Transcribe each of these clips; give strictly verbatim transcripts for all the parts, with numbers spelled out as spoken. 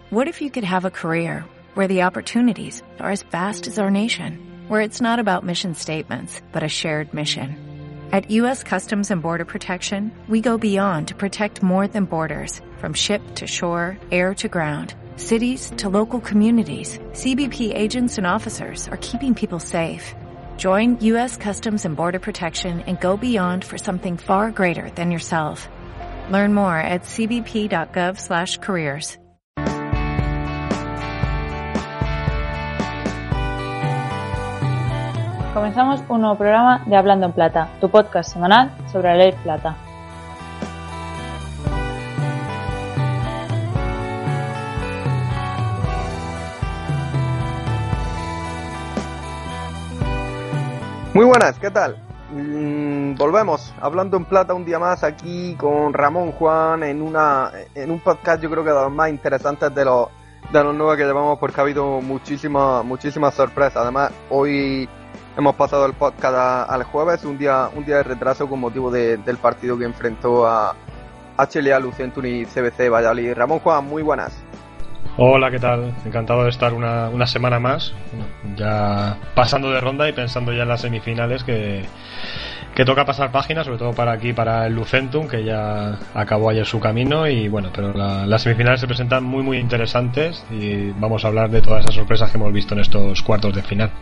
What if you could have a career where the opportunities are as vast as our nation, where it's not about mission statements, but a shared mission? At U S Customs and Border Protection, we go beyond to protect more than borders, from ship to shore, air to ground, cities to local communities. C B P agents and officers are keeping people safe. Join U S Customs and Border Protection and go beyond for something far greater than yourself. Learn more at c b p dot gov slash careers. Comenzamos un nuevo programa de Hablando en Plata, tu podcast semanal sobre la ley plata. Muy buenas, ¿qué tal? Mm, volvemos, Hablando en Plata un día más aquí con Ramón Juan en una en un podcast yo creo que de los más interesantes de los de los nuevos que llevamos porque ha habido muchísimas muchísimas sorpresas. Además, hoy hemos pasado el podcast a, al jueves, un día un día de retraso con motivo de, del partido que enfrentó a H L A, Lucentum y C B C Valladolid. Ramón Juan, muy buenas. Hola, ¿qué tal? Encantado de estar una, una semana más, ya pasando de ronda y pensando ya en las semifinales que, que toca pasar página, sobre todo para aquí, para el Lucentum, que ya acabó ayer su camino. Y bueno, pero la, las semifinales se presentan muy muy interesantes y vamos a hablar de todas esas sorpresas que hemos visto en estos cuartos de final.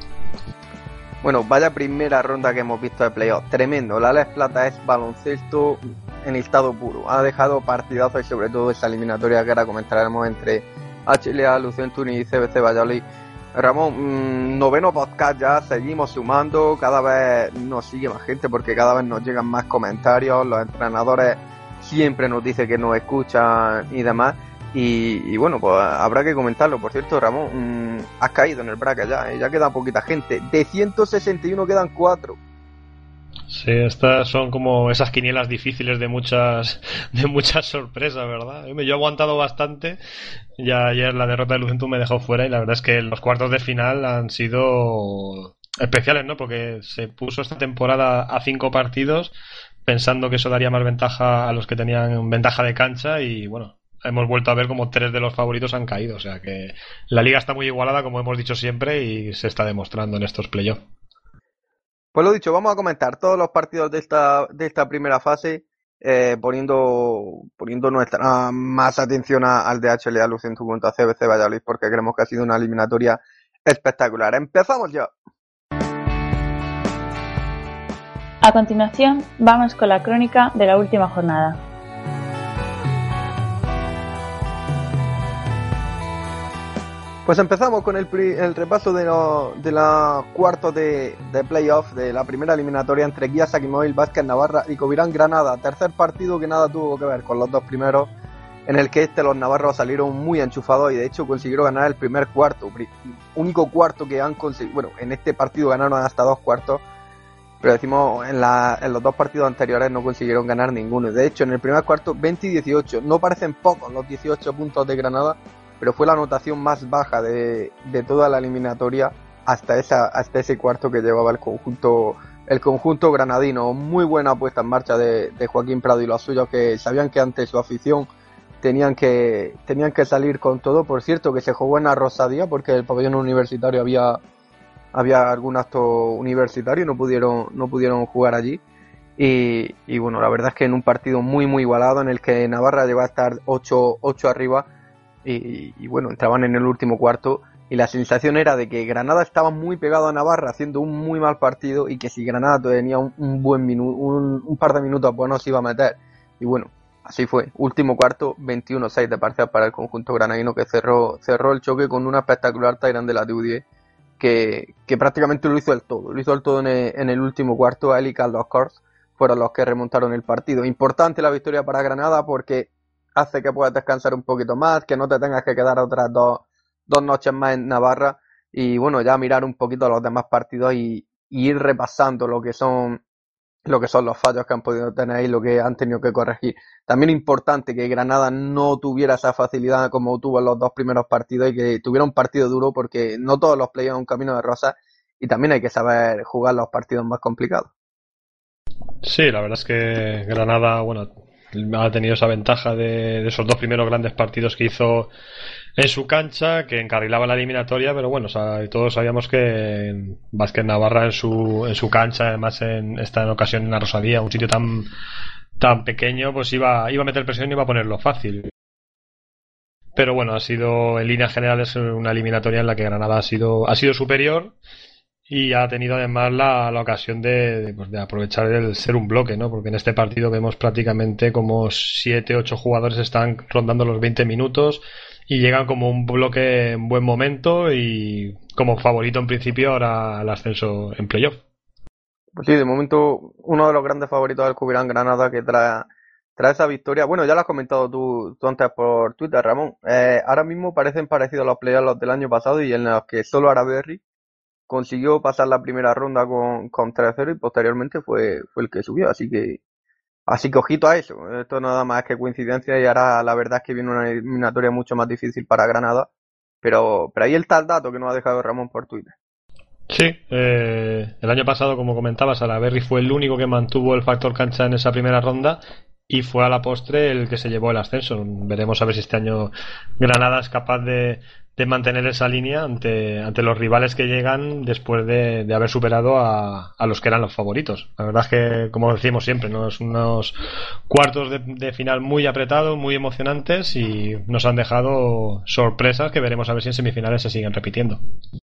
Bueno, vaya primera ronda que hemos visto de playoff, tremendo. La Les Plata es baloncesto en estado puro, ha dejado partidazos y sobre todo esa eliminatoria que ahora comentaremos entre H L A, Lucentum y C B C Valladolid. Ramón, mmm, noveno podcast ya, seguimos sumando, cada vez nos sigue más gente porque cada vez nos llegan más comentarios, los entrenadores siempre nos dicen que nos escuchan y demás, y, y bueno, pues habrá que comentarlo. Por cierto, Ramón, mmm, has caído en el bracket ya, ¿eh? Ya queda poquita gente, de ciento sesenta y uno quedan cuatro. Sí, estas son como esas quinielas difíciles de muchas de muchas sorpresas, ¿verdad? Yo he aguantado bastante. Ya ayer la derrota de Lucentum me dejó fuera y la verdad es que los cuartos de final han sido especiales, ¿no? Porque se puso esta temporada a cinco partidos pensando que eso daría más ventaja a los que tenían ventaja de cancha y bueno, hemos vuelto a ver como tres de los favoritos han caído. O sea que la liga está muy igualada, como hemos dicho siempre, y se está demostrando en estos playoffs. Pues lo dicho, vamos a comentar todos los partidos de esta de esta primera fase, eh, poniendo poniendo nuestra más atención a, al de H L A Lucentum contra C B C Valladolid porque creemos que ha sido una eliminatoria espectacular. ¡Empezamos ya! A continuación, vamos con la crónica de la última jornada. Pues empezamos con el, pri- el repaso de, lo, de los cuartos de, de playoff de la primera eliminatoria entre Guía Saquimóvil, Vázquez Navarra y Covirán Granada. Tercer partido que nada tuvo que ver con los dos primeros, en el que este los navarros salieron muy enchufados y de hecho consiguieron ganar el primer cuarto. Pri- único cuarto que han conseguido. Bueno, en este partido ganaron hasta dos cuartos, pero decimos en, la, en los dos partidos anteriores no consiguieron ganar ninguno. De hecho, en el primer cuarto veinte y dieciocho. No parecen pocos los dieciocho puntos de Granada, pero fue la anotación más baja de, de toda la eliminatoria hasta esa hasta ese cuarto que llevaba el conjunto el conjunto granadino. Muy buena puesta en marcha de, de Joaquín Prado y los suyos, que sabían que ante su afición tenían que tenían que salir con todo. Por cierto, que se jugó en la Rosadía porque el pabellón universitario había había algún acto universitario y no pudieron no pudieron jugar allí. Y, y bueno, la verdad es que en un partido muy muy igualado en el que Navarra llegó a estar ocho arriba. Y, y bueno, entraban en el último cuarto y la sensación era de que Granada estaba muy pegado a Navarra haciendo un muy mal partido y que si Granada tenía un, un buen minuto, un, un par de minutos pues no se iba a meter. Y bueno, así fue. Último cuarto, veintiuno seis de parcial para el conjunto granadino, que cerró cerró el choque con una espectacular Tyrant de la T U diez que, que prácticamente lo hizo el todo. Lo hizo el todo en el, en el último cuarto. Él y Carlos Cors fueron los que remontaron el partido. Importante la victoria para Granada porque hace que puedas descansar un poquito más, que no te tengas que quedar otras dos, dos noches más en Navarra y bueno, ya mirar un poquito los demás partidos y, y ir repasando lo que son lo que son los fallos que han podido tener y lo que han tenido que corregir. También importante que Granada no tuviera esa facilidad como tuvo en los dos primeros partidos y que tuviera un partido duro porque no todos los playoffs son un camino de rosas y también hay que saber jugar los partidos más complicados. Sí, la verdad es que Granada, bueno, ha tenido esa ventaja de, de esos dos primeros grandes partidos que hizo en su cancha, que encarrilaba la eliminatoria, pero bueno, o sea, todos sabíamos que Vázquez Navarra en su, en su cancha, además en esta en ocasión en la Rosalía, un sitio tan, tan pequeño, pues iba, iba a meter presión y iba a ponerlo fácil. Pero bueno, ha sido, en líneas generales, una eliminatoria en la que Granada ha sido, ha sido superior y ha tenido además la, la ocasión de, de, pues de aprovechar el ser un bloque, ¿no? Porque en este partido vemos prácticamente como siete ocho jugadores están rondando los veinte minutos y llegan como un bloque en buen momento y como favorito en principio ahora al ascenso en playoff. Pues sí, de momento uno de los grandes favoritos del Cubirán Granada que trae, trae esa victoria. Bueno, ya lo has comentado tú, tú antes por Twitter, Ramón. Eh, ahora mismo parecen parecidos a los playoffs los del año pasado y en los que solo Araberri consiguió pasar la primera ronda con, con tres cero y posteriormente fue, fue el que subió. Así que así que ojito a eso. Esto nada más que coincidencia y ahora la verdad es que viene una eliminatoria mucho más difícil para Granada. Pero, pero ahí está el dato que nos ha dejado Ramón por Twitter. Sí, eh, el año pasado, como comentabas, Salaverry fue el único que mantuvo el factor cancha en esa primera ronda y fue a la postre el que se llevó el ascenso. Veremos a ver si este año Granada es capaz de, de mantener esa línea ante, ante los rivales que llegan después de, de haber superado a, a los que eran los favoritos. La verdad es que, como decimos siempre, ¿no? Es unos cuartos de, de final muy apretados, muy emocionantes y nos han dejado sorpresas que veremos a ver si en semifinales se siguen repitiendo.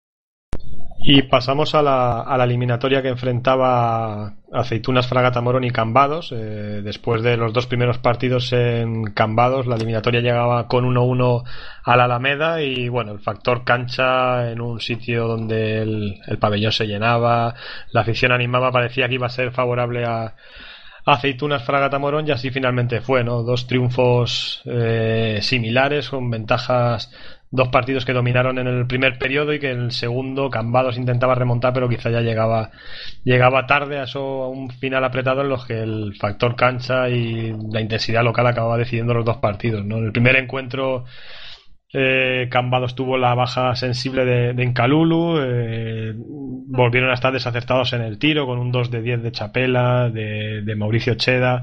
Y pasamos a la, a la eliminatoria que enfrentaba Aceitunas, Fragata Morón y Cambados. Eh, después de los dos primeros partidos en Cambados, la eliminatoria llegaba con uno uno a la Alameda y bueno, el factor cancha en un sitio donde el, el pabellón se llenaba, la afición animaba, parecía que iba a ser favorable a Aceitunas, Fragata Morón y así finalmente fue, ¿no? Dos triunfos eh, similares con ventajas. Dos partidos que dominaron en el primer periodo y que en el segundo Cambados intentaba remontar, pero quizá ya llegaba llegaba tarde a eso, a un final apretado en los que el factor cancha y la intensidad local acababa decidiendo los dos partidos, ¿no? En el primer encuentro eh, Cambados tuvo la baja sensible de, de Encalulu, eh, volvieron a estar desacertados en el tiro con un dos de diez de Chapela, de, de Mauricio Cheda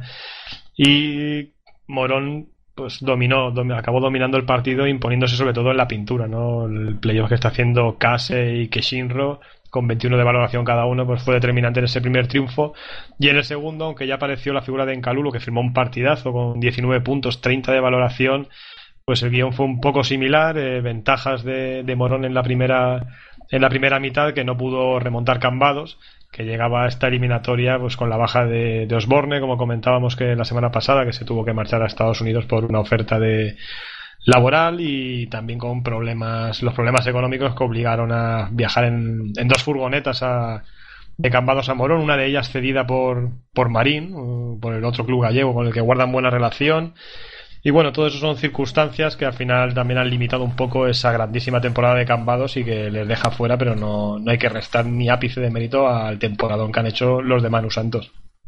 y Morón pues dominó, dom, acabó dominando el partido imponiéndose sobre todo en la pintura, ¿no? El playoff que está haciendo Kase y Keshinro con veintiuno de valoración cada uno pues fue determinante en ese primer triunfo y en el segundo, aunque ya apareció la figura de Encalulu que firmó un partidazo con diecinueve puntos, treinta de valoración, pues el guión fue un poco similar, eh, ventajas de, de Morón en la primera en la primera mitad que no pudo remontar Cambados, que llegaba a esta eliminatoria pues con la baja de, de Osborne, como comentábamos que la semana pasada, que se tuvo que marchar a Estados Unidos por una oferta de laboral y también con problemas, los problemas económicos que obligaron a viajar en, en dos furgonetas a, de Cambados a Morón, una de ellas cedida por, por Marín, por el otro club gallego con el que guardan buena relación. Y bueno, todo eso son circunstancias que al final también han limitado un poco esa grandísima temporada de Cambados y que les deja fuera, pero no, no hay que restar ni ápice de mérito al temporadón que han hecho los de Manu Santos.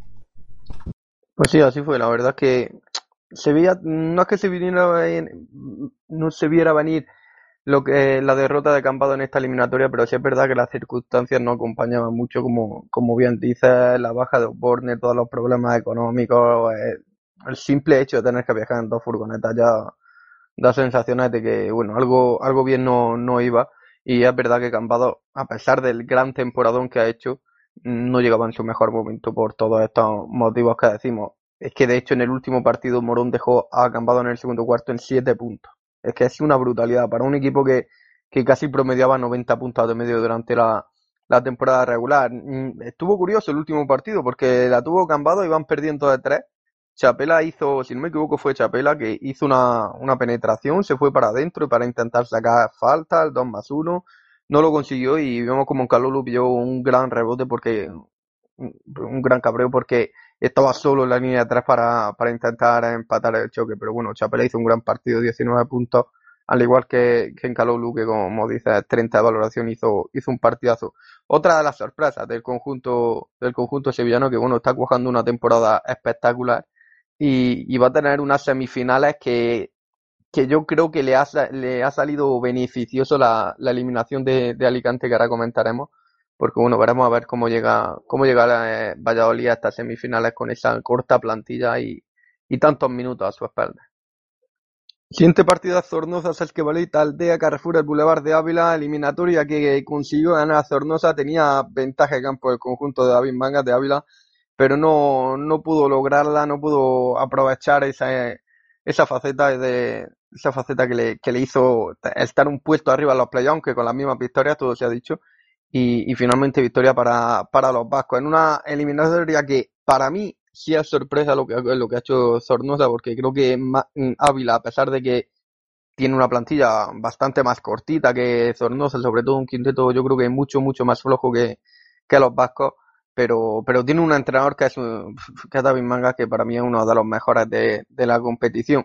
Pues sí, así fue. La verdad es que se veía, no es que se viniera, no se viera venir lo que la derrota de Cambados en esta eliminatoria, pero sí es verdad que las circunstancias no acompañaban mucho, como, como bien dices, la baja de Osborne, todos los problemas económicos, eh, el simple hecho de tener que viajar en dos furgonetas ya da sensaciones de que, bueno, algo, algo bien no, no iba. Y es verdad que Cambados, a pesar del gran temporadón que ha hecho, no llegaba en su mejor momento por todos estos motivos que decimos. Es que de hecho en el último partido Morón dejó a Cambados en el segundo cuarto en siete puntos. Es que es una brutalidad para un equipo que, que casi promediaba noventa puntos de medio durante la, la temporada regular. Estuvo curioso el último partido porque la tuvo Cambados, iban perdiendo de tres. Chapela hizo, si no me equivoco fue Chapela que hizo una, una penetración, se fue para adentro para intentar sacar falta, el dos más uno, no lo consiguió y vemos como Encalulu pilló un gran rebote porque, un, un gran cabreo porque estaba solo en la línea de tres para, para intentar empatar el choque, pero bueno, Chapela hizo un gran partido, diecinueve puntos, al igual que, que Encalulu, que como dices, treinta de valoración, hizo, hizo un partidazo. Otra de las sorpresas del conjunto, del conjunto sevillano que bueno, está cuajando una temporada espectacular. Y, y va a tener unas semifinales que, que yo creo que le ha, le ha salido beneficioso la, la eliminación de, de Alicante, que ahora comentaremos, porque bueno, veremos a ver cómo llega, cómo llega la, eh, Valladolid a estas semifinales con esa corta plantilla y, y tantos minutos a su espalda. Siguiente partido, Zornoza, Sasquevalita, Aldea, Carrefour, el Boulevard de Ávila, eliminatoria que consiguió ganar a Zornoza, tenía ventaja de campo el conjunto de David Mangas de Ávila, pero no, no pudo lograrla, no pudo aprovechar esa, esa faceta de esa faceta que le, que le hizo estar un puesto arriba en los playoffs, aunque con las mismas victorias, todo se ha dicho, y, y finalmente victoria para, para los vascos, en una eliminatoria que para mí sí es sorpresa lo que, lo que ha hecho Zornoza, porque creo que Ávila, a pesar de que tiene una plantilla bastante más cortita que Zornoza, sobre todo un quinteto yo creo que mucho, mucho más flojo que, que los vascos, pero, pero tiene un entrenador que es, que es David Mangas, que para mí es uno de los mejores de, de la competición.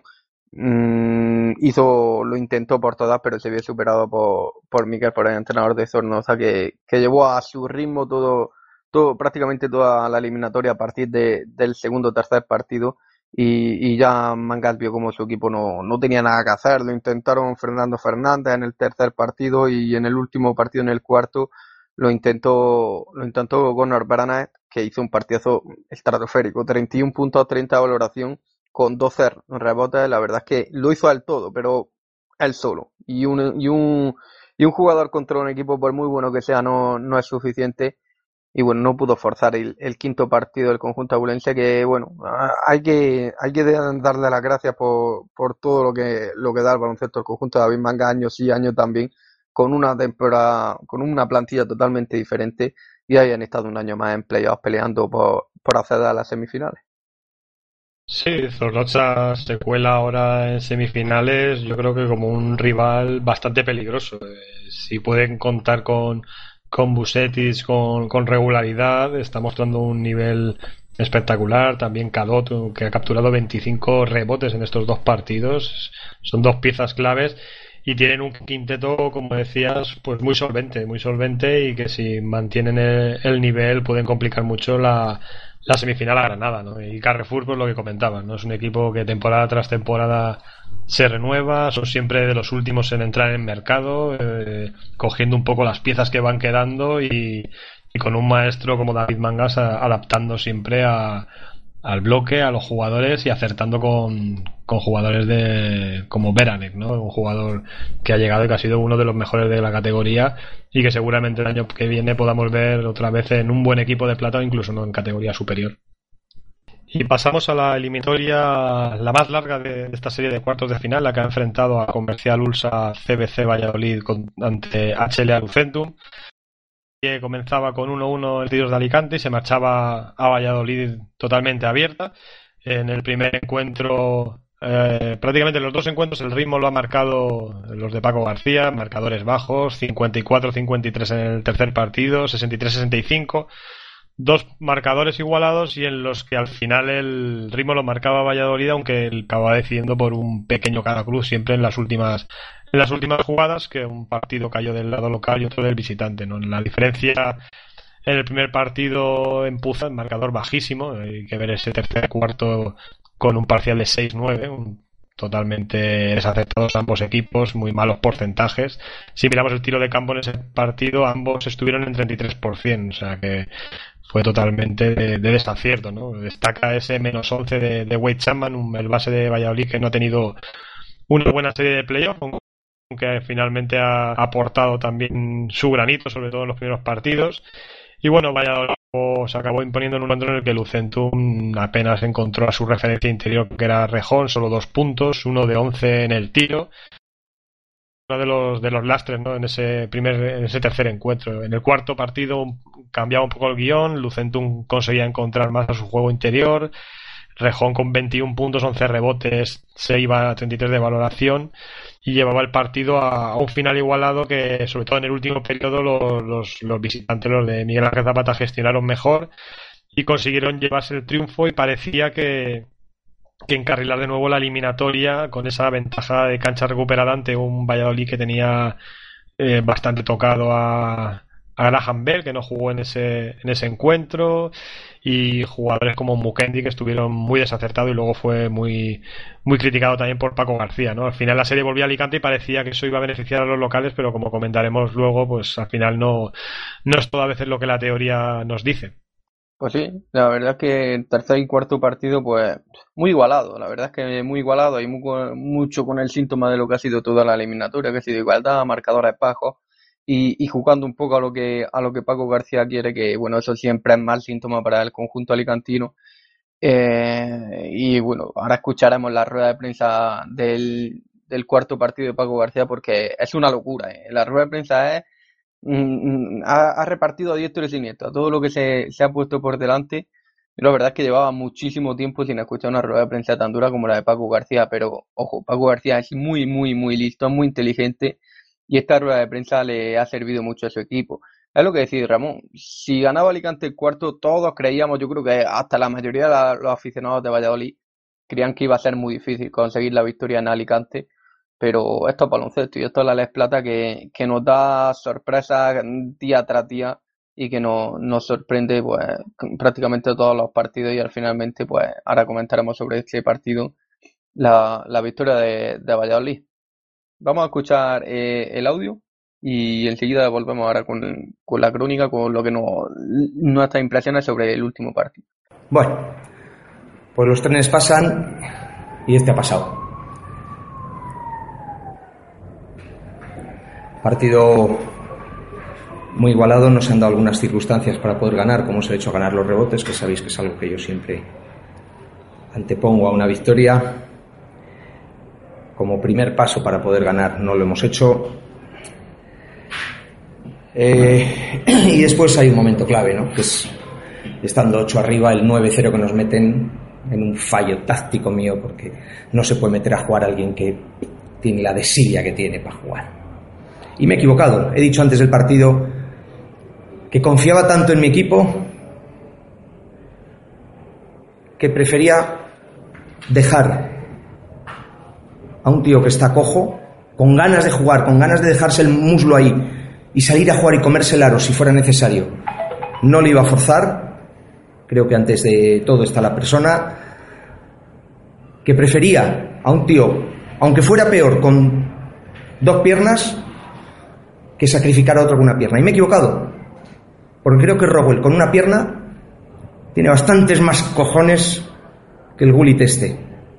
Mm, hizo, lo intentó por todas, pero se vio superado por, por Miquel, por el entrenador de Zornoza, que, que llevó a su ritmo todo, todo, prácticamente toda la eliminatoria a partir de, del segundo o tercer partido. Y, y ya Mangas vio como su equipo no, no tenía nada que hacer. Lo intentaron Fernando Fernández en el tercer partido, y en el último partido, en el cuarto, lo intentó lo intentó Gunnar Beranet, que hizo un partidazo estratosférico, treinta y uno puntos, treinta de valoración, con doce rebotes. La verdad es que lo hizo él todo, pero él solo. Y un, y un, y un jugador contra un equipo, por muy bueno que sea, no, no es suficiente. Y bueno, no pudo forzar el, el quinto partido del conjunto abulense, que bueno, hay que hay que darle las gracias por, por todo lo que lo que da el baloncesto del conjunto de David Manga, año sí, año también, con una temporada, con una plantilla totalmente diferente, y hayan estado un año más en playoffs peleando por, por acceder a las semifinales. Sí, Zornoza se cuela ahora en semifinales, yo creo que como un rival bastante peligroso. Eh, si pueden contar con con Vucetic con, con regularidad, está mostrando un nivel espectacular. También Cadot, que ha capturado veinticinco rebotes en estos dos partidos, son dos piezas claves, y tienen un quinteto, como decías, pues muy solvente, muy solvente, y que si mantienen el, el nivel pueden complicar mucho la, la semifinal a Granada, ¿no? Y Carrefour, pues lo que comentaban, ¿no? Es un equipo que temporada tras temporada se renueva, son siempre de los últimos en entrar en el mercado, eh, cogiendo un poco las piezas que van quedando, y, y con un maestro como David Mangas a, adaptando siempre a, al bloque, a los jugadores, y acertando con, con jugadores de como Beranek, ¿no? Un jugador que ha llegado y que ha sido uno de los mejores de la categoría, y que seguramente el año que viene podamos ver otra vez en un buen equipo de plata, o incluso no en categoría superior. Y pasamos a la eliminatoria, la más larga de esta serie de cuartos de final, la que ha enfrentado a Comercial Ulsa C B C Valladolid con, ante H L A Lucentum, que comenzaba con uno uno el Tiros de Alicante y se marchaba a Valladolid totalmente abierta. En el primer encuentro, eh, prácticamente en los dos encuentros, el ritmo lo ha marcado los de Paco García, marcadores bajos, cincuenta y cuatro cincuenta y tres en el tercer partido, sesenta y tres sesenta y cinco. Dos marcadores igualados, y en los que al final el ritmo lo marcaba Valladolid, aunque él acababa decidiendo por un pequeño caracruz siempre en las últimas en las últimas jugadas, que un partido cayó del lado local y otro del visitante, ¿no? La diferencia en el primer partido en Puza, el marcador bajísimo, hay que ver ese tercer cuarto con un parcial de seis nueve, un totalmente desacertados ambos equipos, muy malos porcentajes. Si miramos el tiro de campo en ese partido, ambos estuvieron en treinta y tres por ciento, o sea que fue totalmente de, de desacierto, ¿no? Destaca ese menos once de, de Wade Chapman, un, el base de Valladolid, que no ha tenido una buena serie de playoffs, aunque finalmente ha aportado también su granito, sobre todo en los primeros partidos. Y bueno, Valladolid se acabó imponiendo en un encuentro en el que Lucentum apenas encontró a su referencia interior, que era Rejón, solo dos puntos, uno de once en el tiro. Uno de los de los lastres, ¿no? En ese primer en ese tercer encuentro. En el cuarto partido cambiaba un poco el guión, Lucentum conseguía encontrar más a su juego interior. Rejón con veintiún puntos, once rebotes, se iba a treinta y tres de valoración, y llevaba el partido a, a un final igualado, que sobre todo en el último periodo los, los, los visitantes, los de Miguel Ángel Zapata, gestionaron mejor y consiguieron llevarse el triunfo, y parecía que, que encarrilar de nuevo la eliminatoria con esa ventaja de cancha recuperada ante un Valladolid que tenía eh, bastante tocado a, a Graham Bell, que no jugó en ese, en ese encuentro, y jugadores como Mukendi, que estuvieron muy desacertados, y luego fue muy muy criticado también por Paco García, ¿no? Al final la serie volvió a Alicante y parecía que eso iba a beneficiar a los locales, pero como comentaremos luego, pues al final no, no es todo a veces lo que la teoría nos dice. Pues sí, la verdad es que el tercer y cuarto partido, pues muy igualado. La verdad es que muy igualado y muy, mucho con el síntoma de lo que ha sido toda la eliminatoria, que ha sido igualdad, marcadores bajos y, y jugando un poco a lo que a lo que Paco García quiere, que bueno, eso siempre es mal síntoma para el conjunto alicantino. Eh, y bueno, ahora escucharemos la rueda de prensa del, del cuarto partido de Paco García porque es una locura. ¿eh? La rueda de prensa es mm, ha, ha repartido a diestro y siniestro todo lo que se, se ha puesto por delante. Y la verdad es que llevaba muchísimo tiempo sin escuchar una rueda de prensa tan dura como la de Paco García, pero ojo, Paco García es muy, muy, muy listo, es muy inteligente y esta rueda de prensa le ha servido mucho a su equipo. Es lo que decía Ramón, si ganaba Alicante el cuarto, todos creíamos, yo creo que hasta la mayoría de la, los aficionados de Valladolid creían que iba a ser muy difícil conseguir la victoria en Alicante, pero esto es baloncesto y esto es la Les Plata que, que nos da sorpresas día tras día y que nos, nos sorprende pues prácticamente todos los partidos y al finalmente pues ahora comentaremos sobre este partido la, la victoria de, de Valladolid. Vamos a escuchar eh, el audio y enseguida volvemos ahora con, con la crónica, con lo que nos, nuestras impresiones sobre el último partido. Bueno, pues los trenes pasan y este ha pasado. Partido muy igualado, nos han dado algunas circunstancias para poder ganar, como os he hecho ganar los rebotes, que sabéis que es algo que yo siempre antepongo a una victoria. Como primer paso para poder ganar no lo hemos hecho. Eh, y después hay un momento clave, ¿no? Que es, estando ocho arriba, el nueve cero que nos meten en un fallo táctico mío, porque no se puede meter a jugar a alguien que tiene la desidia que tiene para jugar. Y me he equivocado. He dicho antes del partido que confiaba tanto en mi equipo que prefería dejar a un tío que está cojo, con ganas de jugar, con ganas de dejarse el muslo ahí y salir a jugar y comerse el aro si fuera necesario. No le iba a forzar. Creo que antes de todo está la persona. Que prefería a un tío, aunque fuera peor, con dos piernas, que sacrificar a otro con una pierna. Y me he equivocado, porque creo que Rowell con una pierna tiene bastantes más cojones que el Gullit este.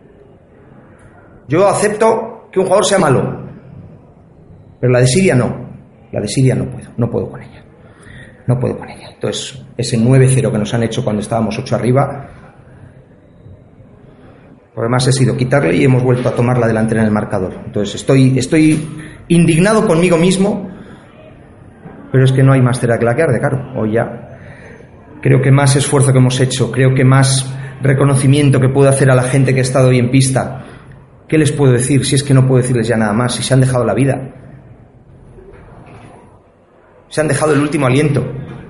Yo acepto que un jugador sea malo, pero la de Siria no. La de Siria no puedo, no puedo con ella. No puedo con ella. Entonces, ese nueve cero que nos han hecho cuando estábamos ocho arriba, por además he sido quitarle y hemos vuelto a tomar la delantera en el marcador. Entonces, estoy, estoy indignado conmigo mismo, pero es que no hay más cera que la que arde, claro. Hoy ya creo que más esfuerzo que hemos hecho, creo que más reconocimiento que puedo hacer a la gente que ha estado hoy en pista. ¿Qué les puedo decir si es que no puedo decirles ya nada más? Si se han dejado la vida, se han dejado el último aliento.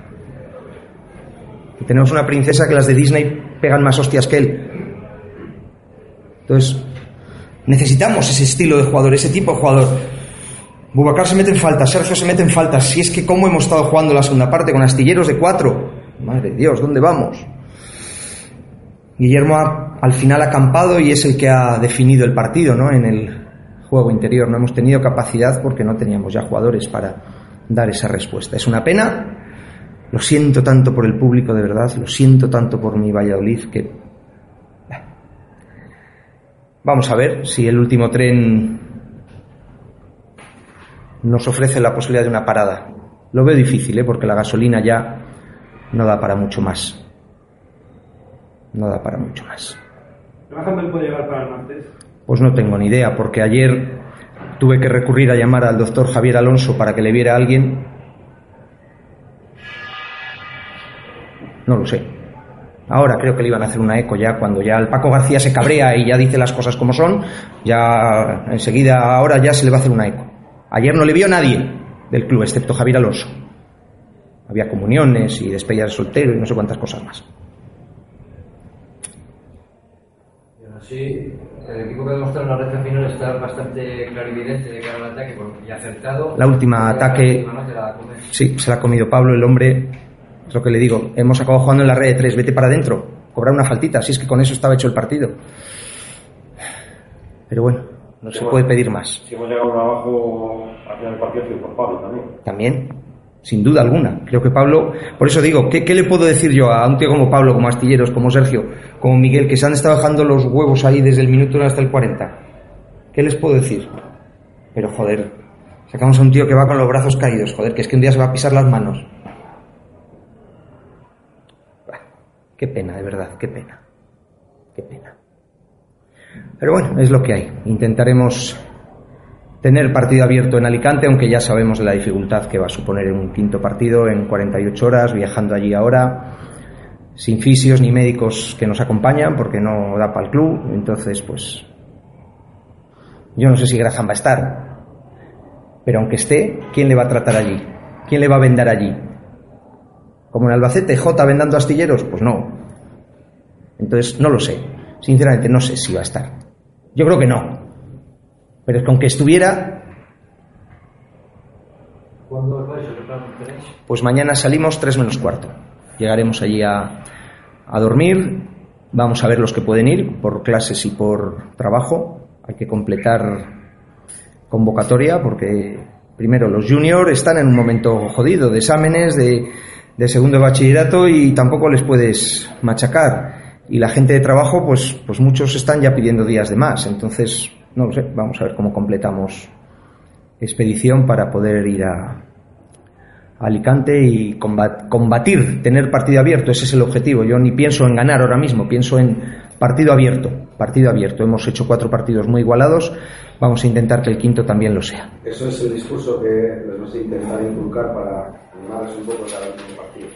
Y tenemos una princesa que las de Disney pegan más hostias que él. Entonces, necesitamos ese estilo de jugador, ese tipo de jugador. Boubacar se mete en falta, Sergio se mete en falta. Si es que cómo hemos estado jugando la segunda parte con astilleros de cuatro. Madre de Dios, ¿dónde vamos? Guillermo ha, al final ha acampado y es el que ha definido el partido, ¿no? En el juego interior no hemos tenido capacidad porque no teníamos ya jugadores para dar esa respuesta. Es una pena. Lo siento tanto por el público, de verdad. Lo siento tanto por mi Valladolid que... Vamos a ver si el último tren nos ofrece la posibilidad de una parada. Lo veo difícil, ¿eh? Porque la gasolina ya no da para mucho más. No da para mucho más. ¿Rafael puede llegar para el martes? Pues no tengo ni idea, porque ayer tuve que recurrir a llamar al doctor Javier Alonso para que le viera a alguien. No lo sé. Ahora creo que le iban a hacer una eco ya, cuando ya el Paco García se cabrea y ya dice las cosas como son, ya enseguida ahora ya se le va a hacer una eco. Ayer no le vio nadie del club, excepto Javier Alonso. Había comuniones y despedidas de soltero y no sé cuántas cosas más. Sí, el equipo que ha demostrado en la recta final está bastante clarividente de cara al ataque y acertado. La última ataque, sí, se la ha comido Pablo, el hombre. Es lo que le digo, hemos acabado jugando en la red de tres, vete para adentro, cobrar una faltita, si es que con eso estaba hecho el partido. Pero bueno, no se puede pedir más. Si hemos llegado abajo al final del partido, estoy por Pablo también. También, sin duda alguna. Creo que Pablo, por eso digo, ¿qué, qué le puedo decir yo a un tío como Pablo, como Astilleros, como Sergio, como Miguel, que se han estado bajando los huevos ahí desde el minuto uno hasta el cuarenta? ¿Qué les puedo decir? Pero joder, sacamos a un tío que va con los brazos caídos, joder, que es que un día se va a pisar las manos. Qué pena, de verdad, qué pena. Qué pena. Pero bueno, es lo que hay. Intentaremos tener partido abierto en Alicante, aunque ya sabemos de la dificultad que va a suponer un quinto partido en cuarenta y ocho horas, viajando allí ahora, sin fisios ni médicos que nos acompañan, porque no da para el club. Entonces, pues, yo no sé si Graham va a estar, pero aunque esté, ¿quién le va a tratar allí? ¿Quién le va a vendar allí? ¿Como en Albacete, J vendando astilleros? Pues no. Entonces, no lo sé. Sinceramente, no sé si va a estar. Yo creo que no. Pero es que aunque estuviera... ¿Cuándo os vais? ¿Qué plan tenéis? Pues mañana salimos tres menos cuarto. Llegaremos allí a, a dormir. Vamos a ver los que pueden ir por clases y por trabajo. Hay que completar convocatoria porque, primero, los juniors están en un momento jodido de exámenes, de... de segundo de bachillerato, y tampoco les puedes machacar, y la gente de trabajo pues pues muchos están ya pidiendo días de más. Entonces no lo sé, vamos a ver cómo completamos expedición para poder ir a, a Alicante y combat, combatir, tener partido abierto. Ese es el objetivo. Yo ni pienso en ganar ahora mismo, pienso en partido abierto, partido abierto. Hemos hecho cuatro partidos muy igualados, vamos a intentar que el quinto también lo sea. Eso es el discurso que les vas a intentar inculcar para animarles un poco cada último partido.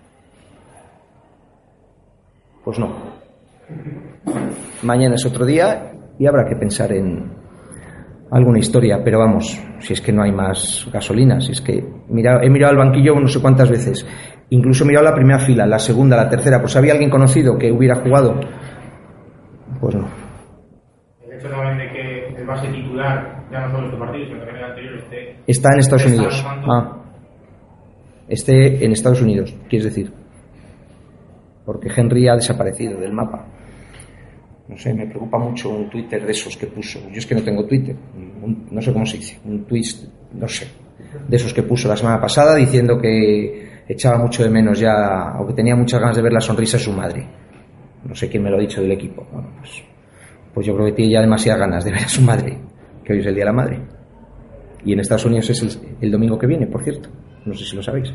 Pues no. Mañana es otro día y habrá que pensar en alguna historia, pero vamos, si es que no hay más gasolina, si es que mira, he mirado el banquillo no sé cuántas veces, incluso he mirado la primera fila, la segunda, la tercera, pues había alguien conocido que hubiera jugado. Pues no. El hecho también de que el base titular, ya no solo este partido, sino también el anterior, esté... Está en Estados Unidos. Ah. Esté en Estados Unidos, quieres decir. Porque Henry ha desaparecido del mapa. No sé, me preocupa mucho un Twitter de esos que puso. Yo es que no tengo Twitter. Un, no sé cómo se dice. Un tweet, no sé. De esos que puso la semana pasada diciendo que echaba mucho de menos ya, o que tenía muchas ganas de ver la sonrisa de su madre. No sé quién me lo ha dicho del equipo. Bueno, pues, pues yo creo que tiene ya demasiadas ganas de ver a su madre, que hoy es el Día de la Madre. Y en Estados Unidos es el, el domingo que viene, por cierto. No sé si lo sabéis.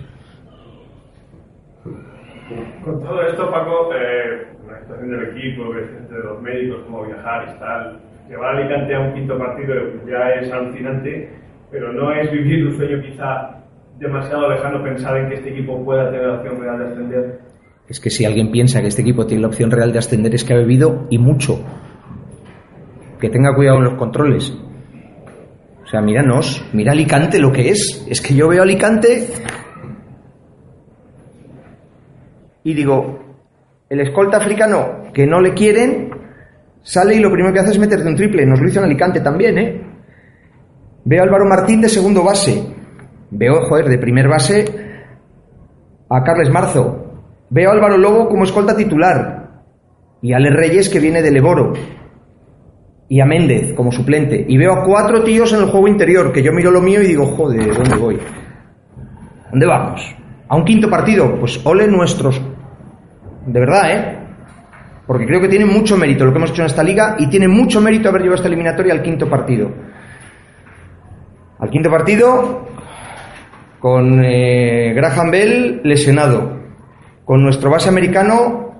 Con todo esto, Paco, eh, la situación del equipo, de los médicos, cómo viajar y tal, llevar a Alicante a un quinto partido ya es alucinante, pero no es vivir un sueño quizá demasiado lejano pensar en que este equipo pueda tener la opción real de ascender. Es que si alguien piensa que este equipo tiene la opción real de ascender es que ha bebido y mucho. Que tenga cuidado en los controles. O sea, míranos, mira Alicante lo que es. Es que yo veo Alicante y digo, el escolta africano que no le quieren sale y lo primero que hace es meterte un triple. Nos lo hizo en Alicante también, ¿eh? Veo a Álvaro Martín de segundo base. Veo, joder, de primer base a Carles Marzo. Veo a Álvaro Lobo como escolta titular. Y a Ale Reyes, que viene de Leboro. Y a Méndez como suplente. Y veo a cuatro tíos en el juego interior, que yo miro lo mío y digo, joder, ¿dónde voy? ¿Dónde vamos? ¿A un quinto partido? Pues ole nuestros. De verdad, ¿eh? Porque creo que tiene mucho mérito lo que hemos hecho en esta liga y tiene mucho mérito haber llevado esta eliminatoria al quinto partido. Al quinto partido con eh, Graham Bell lesionado, con nuestro base americano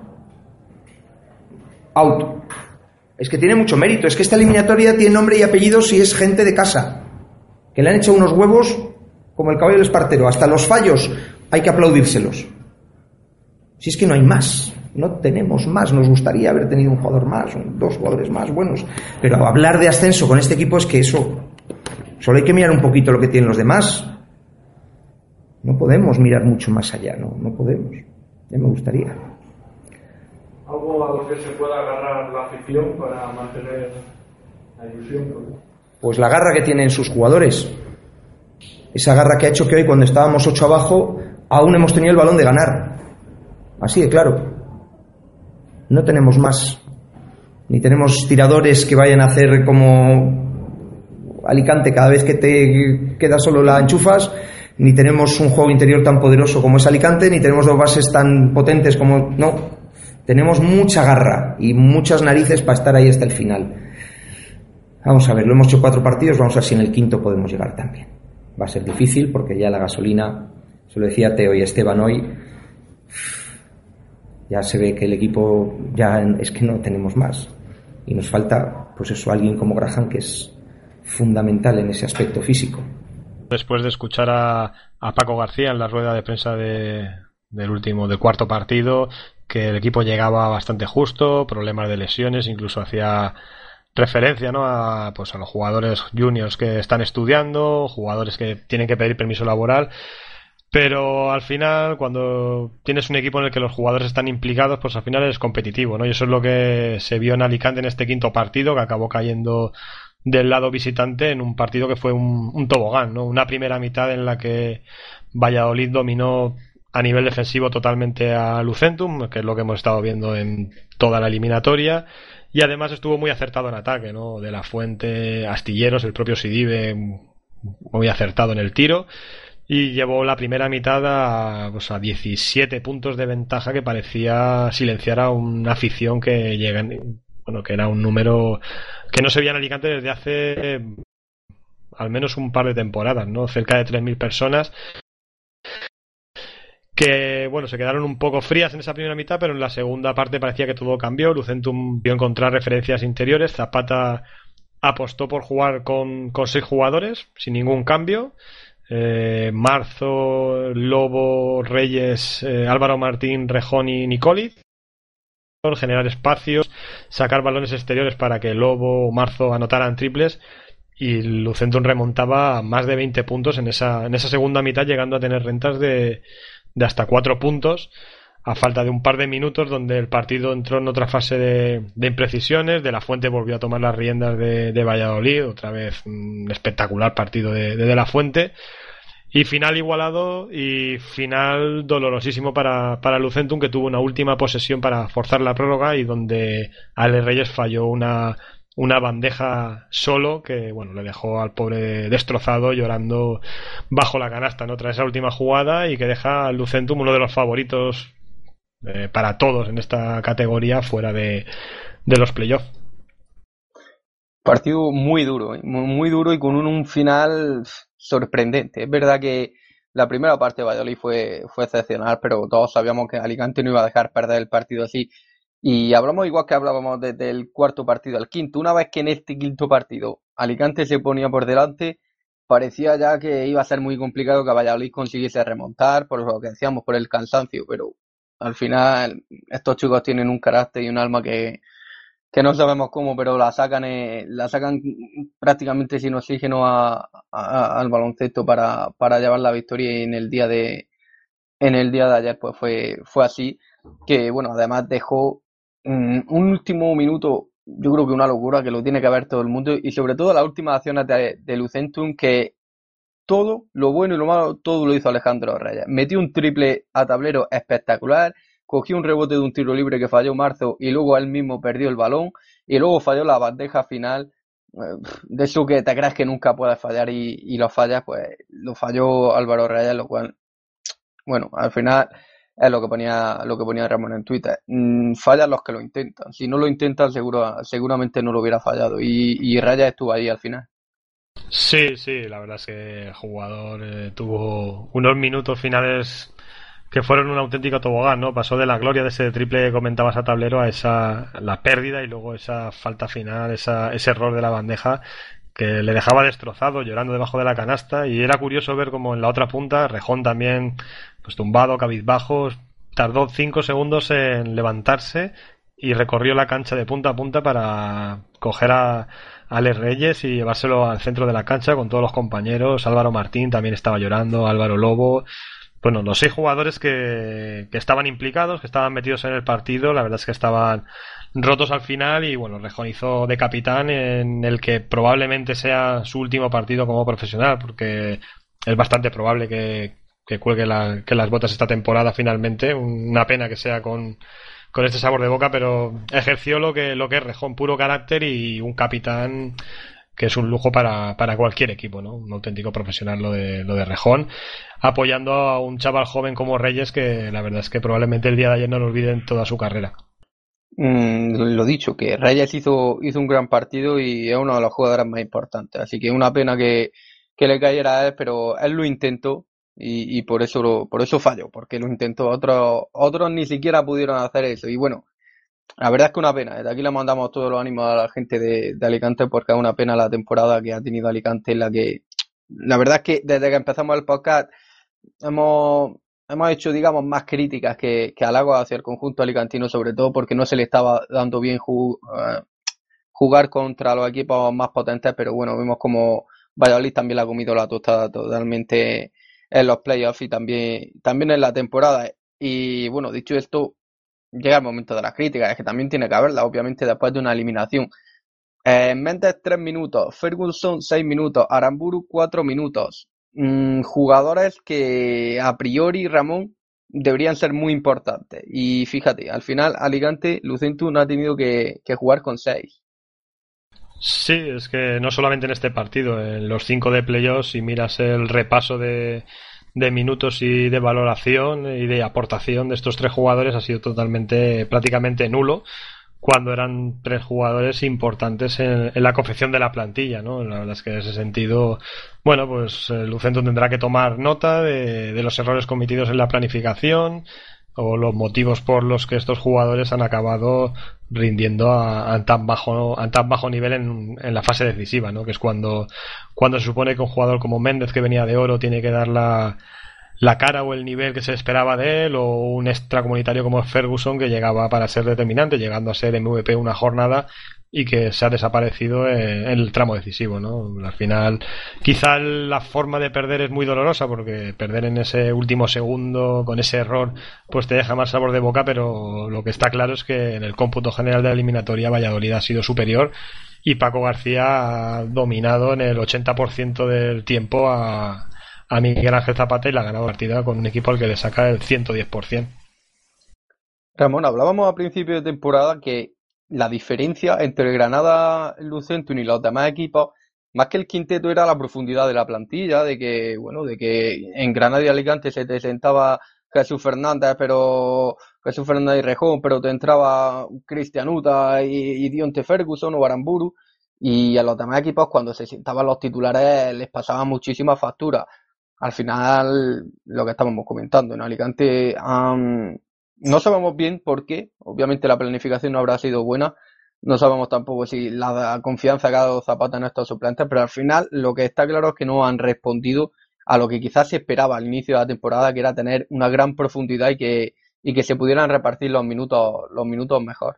out. Es que tiene mucho mérito, es que esta eliminatoria tiene nombre y apellido si es gente de casa, que le han hecho unos huevos como el caballo del espartero. Hasta los fallos hay que aplaudírselos. Si es que no hay más, no tenemos más. Nos gustaría haber tenido un jugador más, dos jugadores más buenos, pero hablar de ascenso con este equipo es que eso, solo hay que mirar un poquito lo que tienen los demás. No podemos mirar mucho más allá, no, no podemos. Ya me gustaría. ¿Algo a lo que se pueda agarrar la afición para mantener la ilusión? Pues la garra que tienen sus jugadores. Esa garra que ha hecho que hoy, cuando estábamos ocho abajo, aún hemos tenido el balón de ganar. Así de claro. No tenemos más. Ni tenemos tiradores que vayan a hacer como Alicante cada vez que te queda solo la enchufas. ni tenemos un juego interior tan poderoso como es Alicante, ni tenemos dos bases tan potentes como... No, tenemos mucha garra y muchas narices para estar ahí hasta el final. Vamos a ver, lo hemos hecho cuatro partidos, vamos a ver si en el quinto podemos llegar también. Va a ser difícil porque ya la gasolina, se lo decía Teo y Esteban hoy, ya se ve que el equipo ya es que no tenemos más. Y nos falta, pues eso, alguien como Graham, que es fundamental en ese aspecto físico. Después de escuchar a, a Paco García en la rueda de prensa de, del último, del cuarto partido, que el equipo llegaba bastante justo, problemas de lesiones, incluso hacía referencia, ¿no?, a, pues a los jugadores juniors que están estudiando, jugadores que tienen que pedir permiso laboral, pero al final, cuando tienes un equipo en el que los jugadores están implicados, pues al final es competitivo, ¿no? Y eso es lo que se vio en Alicante en este quinto partido, que acabó cayendo del lado visitante en un partido que fue un, un tobogán, ¿no? Una primera mitad en la que Valladolid dominó a nivel defensivo totalmente a Lucentum, que es lo que hemos estado viendo en toda la eliminatoria, y además estuvo muy acertado en ataque, ¿no? De la Fuente, Astilleros, el propio Sidibe muy acertado en el tiro, y llevó la primera mitad a, pues a diecisiete puntos de ventaja, que parecía silenciar a una afición que llega, bueno, que era un número que no se veía en Alicante desde hace al menos un par de temporadas, ¿no? Cerca de tres mil personas, que bueno, se quedaron un poco frías en esa primera mitad, pero en la segunda parte parecía que todo cambió. Lucentum vio encontrar referencias interiores. Zapata apostó por jugar con, con seis jugadores sin ningún cambio. eh, Marzo, Lobo, Reyes, eh, Álvaro Martín, Rejón y Nicoliz. Generar espacios, sacar balones exteriores para que Lobo o Marzo anotaran triples, y Lucentum remontaba a más de veinte puntos en esa, en esa segunda mitad, llegando a tener rentas de, de hasta cuatro puntos a falta de un par de minutos, donde el partido entró en otra fase de, de imprecisiones. De la Fuente volvió a tomar las riendas de, de Valladolid, otra vez un espectacular partido de, de De la Fuente, y final igualado y final dolorosísimo para, para Lucentum, que tuvo una última posesión para forzar la prórroga y donde Ale Reyes falló una, una bandeja solo que, bueno, le dejó al pobre destrozado llorando bajo la canasta, ¿no?, tras esa última jugada, y que deja al Lucentum uno de los favoritos eh, para todos en esta categoría fuera de, de los playoffs. Partido muy duro, ¿eh? muy, muy duro y con un, un final sorprendente. Es verdad que la primera parte de Valladolid fue, fue excepcional, pero todos sabíamos que Alicante no iba a dejar perder el partido así. Y hablamos igual que hablábamos desde el cuarto partido al quinto. Una vez que en este quinto partido Alicante se ponía por delante, parecía ya que iba a ser muy complicado que Valladolid consiguiese remontar, por lo que decíamos, por el cansancio, pero al final estos chicos tienen un carácter y un alma que que no sabemos cómo, pero la sacan eh, la sacan prácticamente sin oxígeno a, a, al baloncesto para, para llevar la victoria, y en el día de en el día de ayer pues fue fue así, que bueno, además dejó um, un último minuto, yo creo que una locura, que lo tiene que ver todo el mundo, y sobre todo las últimas acciones de, de Lucentum, que todo lo bueno y lo malo todo lo hizo Alejandro Reyes. Metió un triple a tablero espectacular, cogió un rebote de un tiro libre que falló Marzo y luego él mismo perdió el balón, y luego falló la bandeja final, de eso que te crees que nunca puedes fallar y, y lo fallas, pues lo falló Álvaro Reyes, lo cual, bueno, al final es lo que ponía lo que ponía Ramón en Twitter. Mm, fallan los que lo intentan, si no lo intentan seguro, seguramente no lo hubiera fallado, y, y Reyes estuvo ahí al final. Sí, sí, la verdad es que el jugador eh, tuvo unos minutos finales que fueron un auténtico tobogán, ¿no? Pasó de la gloria de ese triple que comentabas a tablero a esa la pérdida y luego esa falta final, esa, ese error de la bandeja que le dejaba destrozado, llorando debajo de la canasta. Y era curioso ver como en la otra punta Rejón también, pues tumbado, cabizbajo, tardó cinco segundos en levantarse y recorrió la cancha de punta a punta para coger a Alex Reyes y llevárselo al centro de la cancha con todos los compañeros. Álvaro Martín también estaba llorando, Álvaro Lobo. Bueno, los seis jugadores que, que estaban implicados, que estaban metidos en el partido, la verdad es que estaban rotos al final, y bueno, Rejón hizo de capitán en el que probablemente sea su último partido como profesional, porque es bastante probable que, que cuelgue la, que las botas esta temporada finalmente. Una pena que sea con, con este sabor de boca, pero ejerció lo que, lo que es Rejón, puro carácter y un capitán que es un lujo para, para cualquier equipo, ¿no? Un auténtico profesional lo de, lo de Rejón, apoyando a un chaval joven como Reyes, que la verdad es que probablemente el día de ayer no lo olvide en toda su carrera. Mm, lo dicho, que Reyes hizo, hizo un gran partido y es uno de los jugadores más importantes, así que una pena que, que le cayera a él, pero él lo intentó y, y por eso lo, por eso falló, porque lo intentó. Otros, otros ni siquiera pudieron hacer eso y bueno, la verdad es que una pena. Desde aquí le mandamos todos los ánimos a la gente de, de Alicante porque es una pena la temporada que ha tenido Alicante, en la que la verdad es que desde que empezamos el podcast hemos, hemos hecho, digamos, más críticas que, que halagos hacia el conjunto alicantino, sobre todo porque no se le estaba dando bien ju- eh, jugar contra los equipos más potentes, pero bueno, vemos como Valladolid también le ha comido la tostada totalmente en los playoffs y también, también en la temporada. Y bueno, dicho esto, llega el momento de las críticas, es que también tiene que haberla, obviamente, después de una eliminación. Eh, Méndez, tres minutos, Ferguson, seis minutos, Aramburu, cuatro minutos. Mm, jugadores que a priori, Ramón, deberían ser muy importantes. Y fíjate, al final, Alicante, Lucentum ha tenido que, que jugar con seis. Sí, es que no solamente en este partido, en los cinco de playoffs, si miras el repaso de, de minutos y de valoración y de aportación de estos tres jugadores, ha sido totalmente, prácticamente nulo, cuando eran tres jugadores importantes en, en la confección de la plantilla, ¿no? La verdad es que en ese sentido, bueno, pues el Lucentum tendrá que tomar nota de, de los errores cometidos en la planificación o los motivos por los que estos jugadores han acabado rindiendo a, a tan bajo a tan bajo nivel en, en la fase decisiva, ¿no? Que es cuando cuando se supone que un jugador como Méndez, que venía de oro, tiene que dar la, la cara o el nivel que se esperaba de él, o un extracomunitario como Ferguson, que llegaba para ser determinante, llegando a ser M V P una jornada y que se ha desaparecido en, en el tramo decisivo, ¿no? Al final, quizá la forma de perder es muy dolorosa, porque perder en ese último segundo con ese error pues te deja más sabor de boca, pero lo que está claro es que en el cómputo general de la eliminatoria Valladolid ha sido superior y Paco García ha dominado en el ochenta por ciento del tiempo a, a Miguel Ángel Zapata y la ha ganado la partida con un equipo al que le saca el ciento diez por ciento. Ramón, hablábamos a principio de temporada que la diferencia entre el Granada, el Lucentum y los demás equipos, más que el quinteto, era la profundidad de la plantilla, de que, bueno, de que en Granada y Alicante se te sentaba Jesús Fernández, pero Jesús Fernández y Rejón, pero te entraba Cristian Uta y, y Dionte Ferguson o Aramburu, y a los demás equipos cuando se sentaban los titulares les pasaban muchísimas facturas. Al final, lo que estábamos comentando, en Alicante um, no sabemos bien por qué, obviamente la planificación no habrá sido buena, no sabemos tampoco si la confianza que ha dado Zapata en estos suplentes, pero al final lo que está claro es que no han respondido a lo que quizás se esperaba al inicio de la temporada, que era tener una gran profundidad y que, y que se pudieran repartir los minutos, los minutos mejor.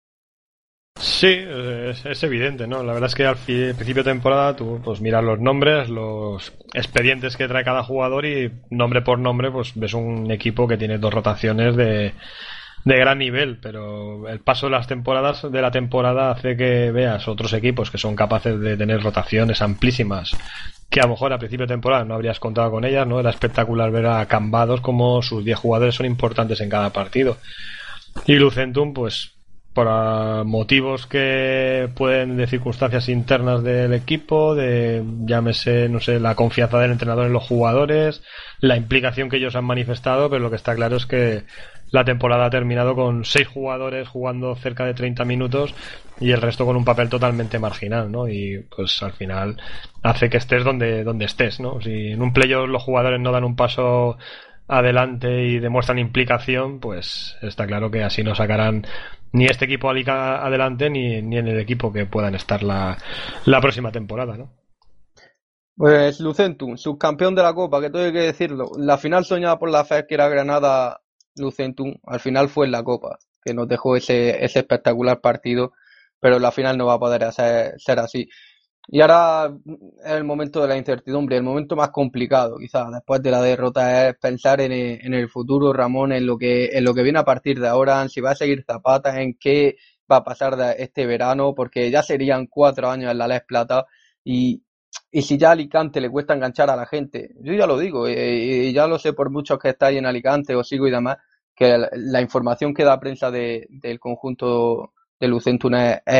Sí, es, es evidente, ¿no? La verdad es que al fi- principio de temporada tú pues miras los nombres, los expedientes que trae cada jugador y nombre por nombre pues ves un equipo que tiene dos rotaciones de, de gran nivel, pero el paso de las temporadas de la temporada hace que veas otros equipos que son capaces de tener rotaciones amplísimas, que a lo mejor a principio de temporada no habrías contado con ellas, ¿no? Era espectacular ver a Cambados como sus diez jugadores son importantes en cada partido. Y Lucentum, pues por uh, motivos que pueden de circunstancias internas del equipo, de llámese, no sé, la confianza del entrenador en los jugadores, la implicación que ellos han manifestado, pero lo que está claro es que la temporada ha terminado con seis jugadores jugando cerca de treinta minutos y el resto con un papel totalmente marginal, ¿no? Y pues al final hace que estés donde, donde estés, ¿no? Si en un playoff los jugadores no dan un paso adelante y demuestran implicación, pues está claro que así no sacarán ni este equipo adelante ni, ni en el equipo que puedan estar la, la próxima temporada, ¿no? Pues Lucentum, subcampeón de la Copa, que todo hay que decirlo. La final soñada por la F E D, que era Granada Lucentum, al final fue en la Copa, que nos dejó ese, ese espectacular partido, pero la final no va a poder hacer, ser así. Y ahora es el momento de la incertidumbre, el momento más complicado, quizás después de la derrota, es pensar en el, en el futuro, Ramón, en lo que en lo que viene a partir de ahora, en si va a seguir Zapata, en qué va a pasar de este verano, porque ya serían cuatro años en la Les Plata y, y si ya a Alicante le cuesta enganchar a la gente, yo ya lo digo, y, y ya lo sé por muchos que estáis en Alicante, os sigo y demás, que la, la información que da prensa de, del conjunto de Lucentum es, es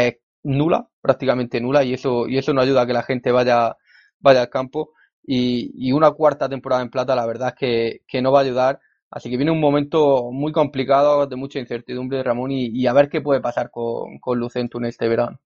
nula, prácticamente nula, y eso, y eso no ayuda a que la gente vaya, vaya al campo. Y, y una cuarta temporada en plata, la verdad es que, que no va a ayudar. Así que viene un momento muy complicado, de mucha incertidumbre, Ramón, y, y a ver qué puede pasar con, con Lucentum este verano.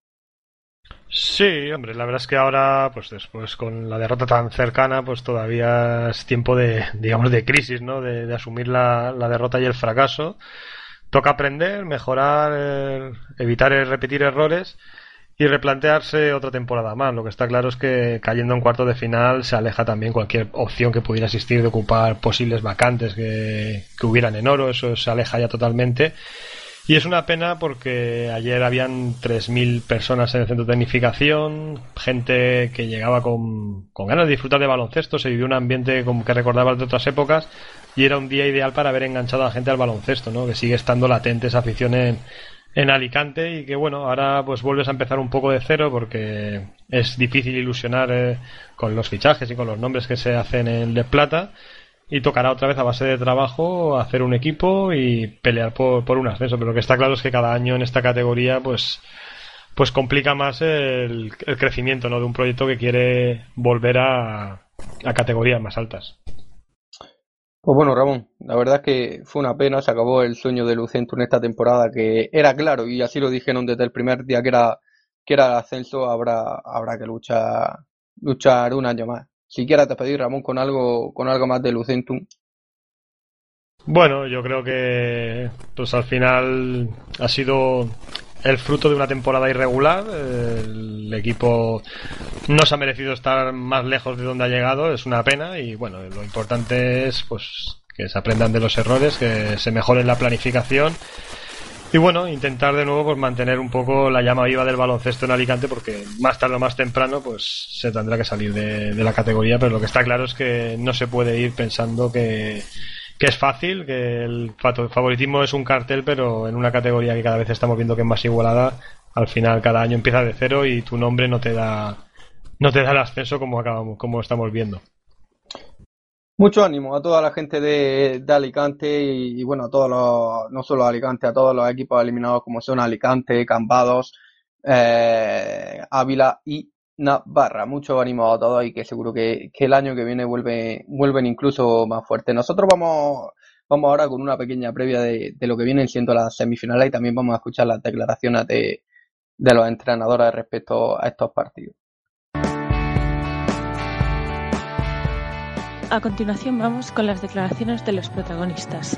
Sí, hombre, la verdad es que ahora, pues después con la derrota tan cercana, pues todavía es tiempo de, digamos, de crisis, ¿no? De, de asumir la, la derrota y el fracaso. Toca aprender, mejorar, eh, evitar eh, repetir errores y replantearse otra temporada más. Lo que está claro es que cayendo en cuartos de final se aleja también cualquier opción que pudiera existir de ocupar posibles vacantes que, que hubieran en oro. Eso se aleja ya totalmente. Y es una pena porque ayer habían tres mil personas en el centro de tecnificación, gente que llegaba con, con ganas de disfrutar de baloncesto, se vivió un ambiente como que recordaba de otras épocas y era un día ideal para haber enganchado a la gente al baloncesto, ¿no? Que sigue estando latente esa afición en, en Alicante y que bueno, ahora pues vuelves a empezar un poco de cero porque es difícil ilusionar eh, con los fichajes y con los nombres que se hacen en De Plata. Y tocará otra vez a base de trabajo hacer un equipo y pelear por, por un ascenso. Pero lo que está claro es que cada año en esta categoría pues, pues complica más el, el crecimiento, ¿no? De un proyecto que quiere volver a, a categorías más altas. Pues bueno, Ramón, la verdad es que fue una pena, se acabó el sueño de Lucentum en esta temporada, que era claro, y así lo dijeron desde el primer día que era, que era el ascenso, habrá, habrá que luchar, luchar un año más. Si quieres despedir, Ramón, con algo, con algo más de Lucentum. Bueno, yo creo que pues al final ha sido el fruto de una temporada irregular. El equipo no se ha merecido estar más lejos de donde ha llegado, es una pena y bueno, lo importante es pues que se aprendan de los errores, que se mejore la planificación y bueno, intentar de nuevo pues mantener un poco la llama viva del baloncesto en Alicante porque más tarde o más temprano pues se tendrá que salir de, de la categoría, pero lo que está claro es que no se puede ir pensando que que es fácil, que el favoritismo es un cartel, pero en una categoría que cada vez estamos viendo que es más igualada, al final cada año empieza de cero y tu nombre no te da no te da el ascenso como acabamos, como estamos viendo. Mucho ánimo a toda la gente de, de Alicante y, y bueno, a todos los, no solo a Alicante, a todos los equipos eliminados como son Alicante, Cambados, eh, Ávila y Navarra. Mucho ánimo a todos y que seguro que, que el año que viene vuelve, vuelven incluso más fuertes. Nosotros vamos, vamos ahora con una pequeña previa de, de lo que vienen siendo las semifinales y también vamos a escuchar las declaraciones de, de los entrenadores respecto a estos partidos. A continuación vamos con las declaraciones de los protagonistas.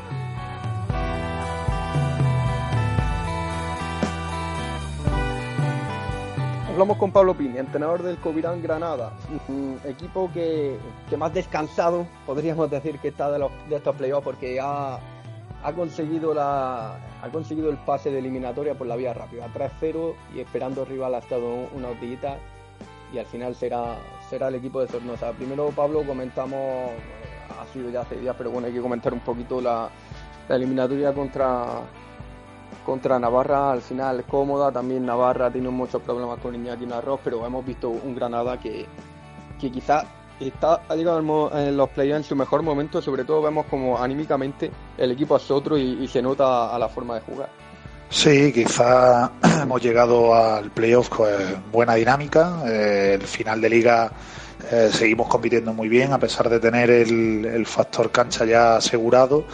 Hablamos con Pablo Pini, entrenador del Covirán Granada, un equipo que, que más descansado, podríamos decir que está de, los, de estos playoffs porque ha, ha, conseguido la, ha conseguido el pase de eliminatoria por la vía rápida, tres cero y esperando rival hasta una hortillita y al final será, será el equipo de Zornoza. Primero, Pablo, comentamos, ha sido ya hace días, pero bueno, hay que comentar un poquito la, la eliminatoria contra... contra Navarra. Al final cómoda, también Navarra tiene muchos problemas con Iñaki Narros, pero hemos visto un Granada que, que quizás está, ha llegado en los playoffs en su mejor momento, sobre todo vemos como anímicamente el equipo es otro y, y se nota a la forma de jugar. Sí, quizá hemos llegado al playoff con buena dinámica, eh, el final de liga eh, seguimos compitiendo muy bien a pesar de tener el, el factor cancha ya asegurado.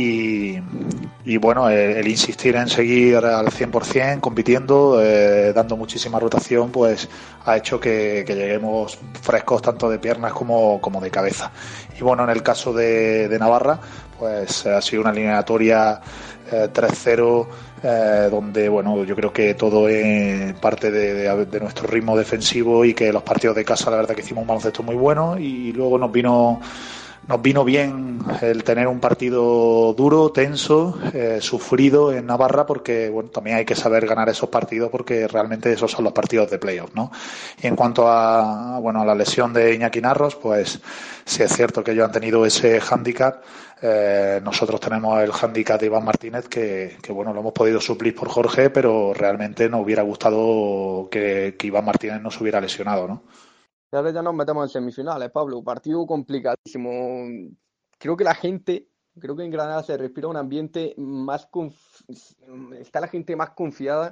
Y, y bueno, el, el insistir en seguir al cien por ciento compitiendo, eh, dando muchísima rotación, pues ha hecho que, que lleguemos frescos tanto de piernas como, como de cabeza. Y bueno, en el caso de, de Navarra, pues ha sido una eliminatoria eh, tres cero, eh, donde bueno, yo creo que todo es parte de, de, de nuestro ritmo defensivo y que los partidos de casa la verdad que hicimos un baloncesto muy bueno y luego nos vino Nos vino bien el tener un partido duro, tenso, eh, sufrido en Navarra, porque bueno, también hay que saber ganar esos partidos porque realmente esos son los partidos de playoff, ¿no? Y en cuanto a bueno a la lesión de Iñaki Narros, pues sí es cierto que ellos han tenido ese hándicap. Eh, nosotros tenemos el hándicap de Iván Martínez que, que bueno lo hemos podido suplir por Jorge, pero realmente nos hubiera gustado que, que Iván Martínez no se hubiera lesionado, ¿no? Y ahora ya nos metemos en semifinales, Pablo. Partido complicadísimo. Creo que la gente, creo que en Granada se respira un ambiente más... Conf... Está la gente más confiada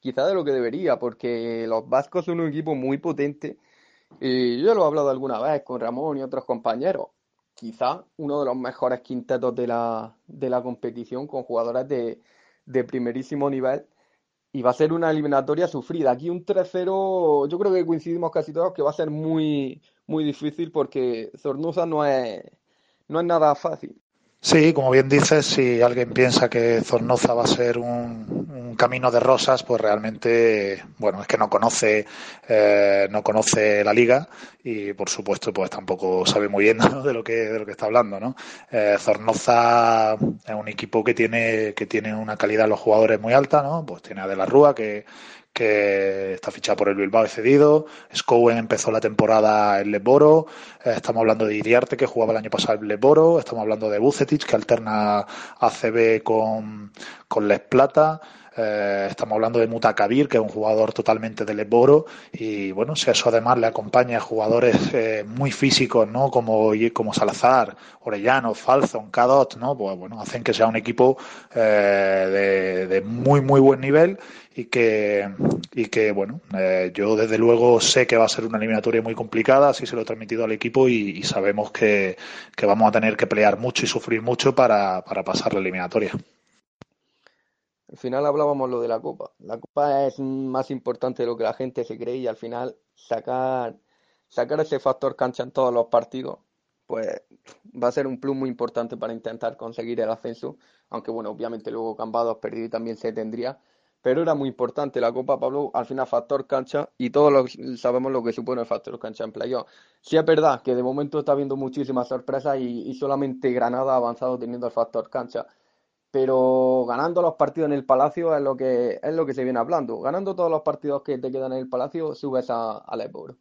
quizá de lo que debería, porque los vascos son un equipo muy potente. Y yo lo he hablado alguna vez con Ramón y otros compañeros. Quizá uno de los mejores quintetos de la, de la competición, con jugadores de, de primerísimo nivel. Y va a ser una eliminatoria sufrida. Aquí un tres cero, yo creo que coincidimos casi todos que va a ser muy, muy difícil, porque Zornoza no es, no es nada fácil. Sí, como bien dices, si alguien piensa que Zornoza va a ser un, un camino de rosas, pues realmente, bueno, es que no conoce, eh, no conoce la liga y, por supuesto, pues tampoco sabe muy bien, ¿no?, de lo que de lo que está hablando, ¿no? Eh, Zornoza es un equipo que tiene que tiene una calidad de los jugadores muy alta, ¿no? Pues tiene a De la Rúa, que que está fichado por el Bilbao y cedido. Scowen empezó la temporada en Leboro. Eh, estamos hablando de Iriarte, que jugaba el año pasado en Leboro. Estamos hablando de Vucetich, que alterna A C B con, con Les Plata. Eh, estamos hablando de Mutakabir, que es un jugador totalmente de Leboro, y bueno, si a eso además le acompaña a jugadores eh, muy físicos, ¿no?, como, como Salazar, Orellano, Falzon, Cadot, ¿no?, pues bueno, hacen que sea un equipo eh, de, de muy muy buen nivel y que y que bueno, eh, yo desde luego sé que va a ser una eliminatoria muy complicada, así se lo he transmitido al equipo y, y sabemos que, que vamos a tener que pelear mucho y sufrir mucho para, para pasar la eliminatoria. Al final hablábamos lo de la Copa. La Copa es más importante de lo que la gente se cree, y al final sacar, sacar ese factor cancha en todos los partidos, pues va a ser un plus muy importante para intentar conseguir el ascenso. Aunque bueno, obviamente luego Cambados perdido y también se tendría. Pero era muy importante la Copa, Pablo, al final factor cancha, y todos lo, sabemos lo que supone el factor cancha en playoff. Sí es verdad que de momento está habiendo muchísimas sorpresas y, y solamente Granada ha avanzado teniendo el factor cancha. Pero ganando los partidos en el Palacio es lo que es lo que se viene hablando. Ganando todos los partidos que te quedan en el Palacio, subes a, a la Ebro.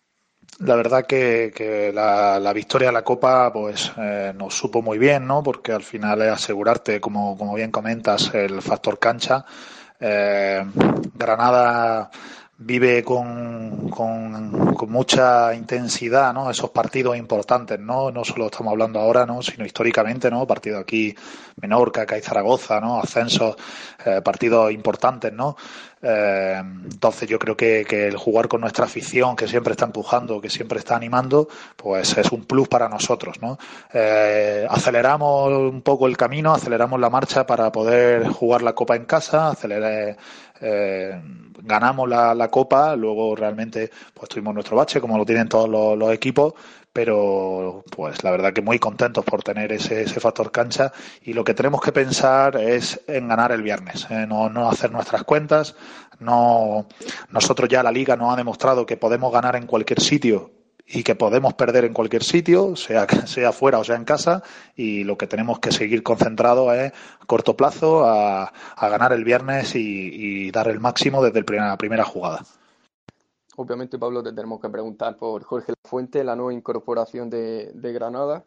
La verdad que, que la, la victoria de la Copa pues eh, nos supo muy bien, ¿no? Porque al final es asegurarte, como, como bien comentas, el factor cancha. Eh, Granada vive con, con, con mucha intensidad, ¿no?, esos partidos importantes, ¿no? No solo estamos hablando ahora, ¿no?, sino históricamente, ¿no? Partidos aquí, Menorca, CAI Zaragoza, ¿no?, ascensos, eh, partidos importantes, ¿no? Eh, entonces yo creo que, que el jugar con nuestra afición, que siempre está empujando, que siempre está animando, pues es un plus para nosotros, ¿no? Eh, aceleramos un poco el camino, aceleramos la marcha para poder jugar la Copa en casa, aceleré, eh, ganamos la, la Copa, luego realmente pues tuvimos nuestro bache, como lo tienen todos los, los equipos, pero pues la verdad que muy contentos por tener ese, ese factor cancha, y lo que tenemos que pensar es en ganar el viernes, eh, no, no hacer nuestras cuentas. No, nosotros ya la Liga nos ha demostrado que podemos ganar en cualquier sitio y que podemos perder en cualquier sitio, sea sea fuera o sea en casa, y lo que tenemos que seguir concentrados es a corto plazo a, a ganar el viernes y, y dar el máximo desde el primer, la primera jugada. Obviamente, Pablo, te tenemos que preguntar por Jorge Lafuente, la nueva incorporación de, de Granada,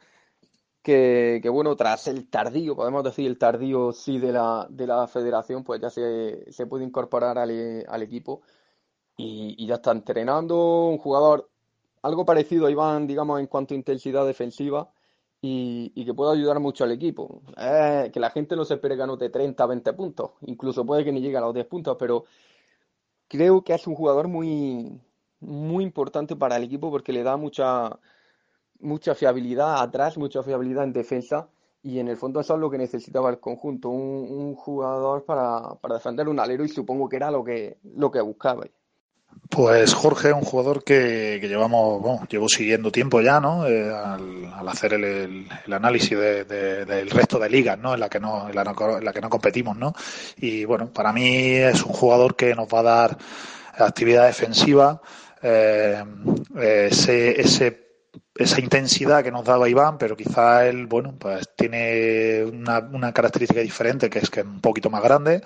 que, que bueno, tras el tardío, podemos decir el tardío sí de la, de la federación, pues ya se, se puede incorporar al, al equipo y, y ya está entrenando. Un jugador algo parecido a Iván, digamos, en cuanto a intensidad defensiva, y, y que puede ayudar mucho al equipo. Eh, que la gente no se espere que anote treinta, veinte puntos, incluso puede que ni llegue a los diez puntos, pero creo que es un jugador muy, muy importante para el equipo, porque le da mucha, mucha fiabilidad atrás, mucha fiabilidad en defensa, y en el fondo eso es lo que necesitaba el conjunto, un, un jugador para, para defender un alero, y supongo que era lo que, lo que buscaba. Pues Jorge es un jugador que, que llevamos, bueno, llevo siguiendo tiempo ya, ¿no? Eh, al, al hacer el, el, el análisis de, de, del resto de ligas, ¿no? En la que no, en la, en la que no competimos, ¿no? Y bueno, para mí es un jugador que nos va a dar actividad defensiva, eh, ese, ese esa intensidad que nos daba Iván, pero quizá él, bueno, pues tiene una, una característica diferente, que es que es un poquito más grande,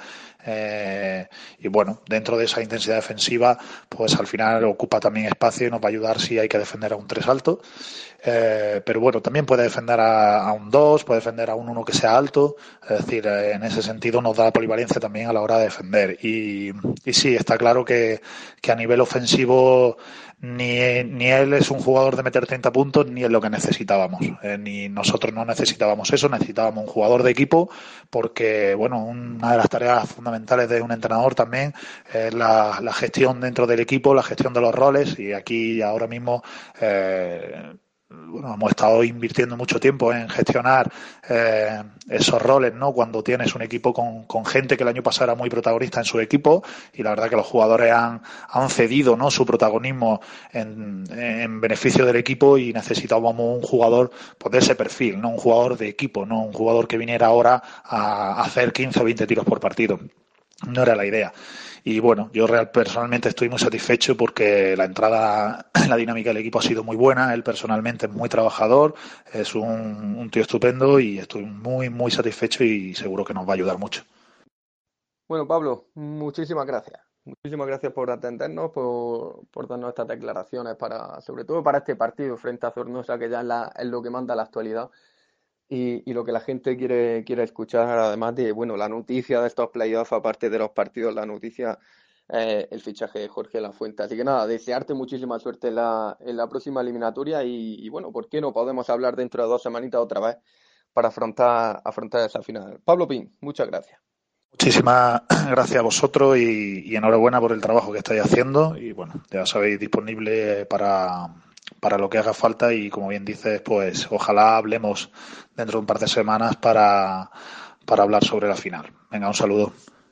eh, y bueno, dentro de esa intensidad defensiva, pues al final ocupa también espacio y nos va a ayudar si hay que defender a un tres alto, eh, pero bueno, también puede defender a, a un dos, puede defender a un uno que sea alto, es decir, eh, en ese sentido nos da polivalencia también a la hora de defender, y, y sí, está claro que, que a nivel ofensivo ni, ni él es un jugador de meter treinta puntos, ni es lo que necesitábamos. Eh, ni nosotros no necesitábamos eso, necesitábamos un jugador de equipo, porque bueno, una de las tareas fundamentales de un entrenador también es la, la gestión dentro del equipo, la gestión de los roles, y aquí ahora mismo eh, bueno, hemos estado invirtiendo mucho tiempo en gestionar eh, esos roles, ¿no? Cuando tienes un equipo con, con gente que el año pasado era muy protagonista en su equipo, y la verdad que los jugadores han, han cedido, ¿no?, su protagonismo en, en beneficio del equipo, y necesitábamos un jugador pues de ese perfil, no un jugador de equipo, no un jugador que viniera ahora a hacer quince o veinte tiros por partido. No era la idea. Y bueno, yo real, personalmente estoy muy satisfecho porque la entrada en la dinámica del equipo ha sido muy buena. Él personalmente es muy trabajador, es un, un tío estupendo, y estoy muy, muy satisfecho y seguro que nos va a ayudar mucho. Bueno, Pablo, muchísimas gracias. Muchísimas gracias por atendernos, por, por darnos estas declaraciones, para, sobre todo para este partido frente a Zornosa, que ya es, la, es lo que manda la actualidad. Y, y lo que la gente quiere, quiere escuchar, además de, bueno, la noticia de estos playoffs, aparte de los partidos, la noticia, eh, el fichaje de Jorge Lafuente. Así que nada, desearte muchísima suerte en la, en la próxima eliminatoria, y, y bueno, ¿por qué no podemos hablar dentro de dos semanitas otra vez para afrontar, afrontar esa final? Pablo Pin, muchas gracias. Muchísimas gracias a vosotros, y, y enhorabuena por el trabajo que estáis haciendo, y bueno, ya sabéis, disponible para... para lo que haga falta, y como bien dices, pues ojalá hablemos dentro de un par de semanas para, para hablar sobre la final. Venga, un saludo.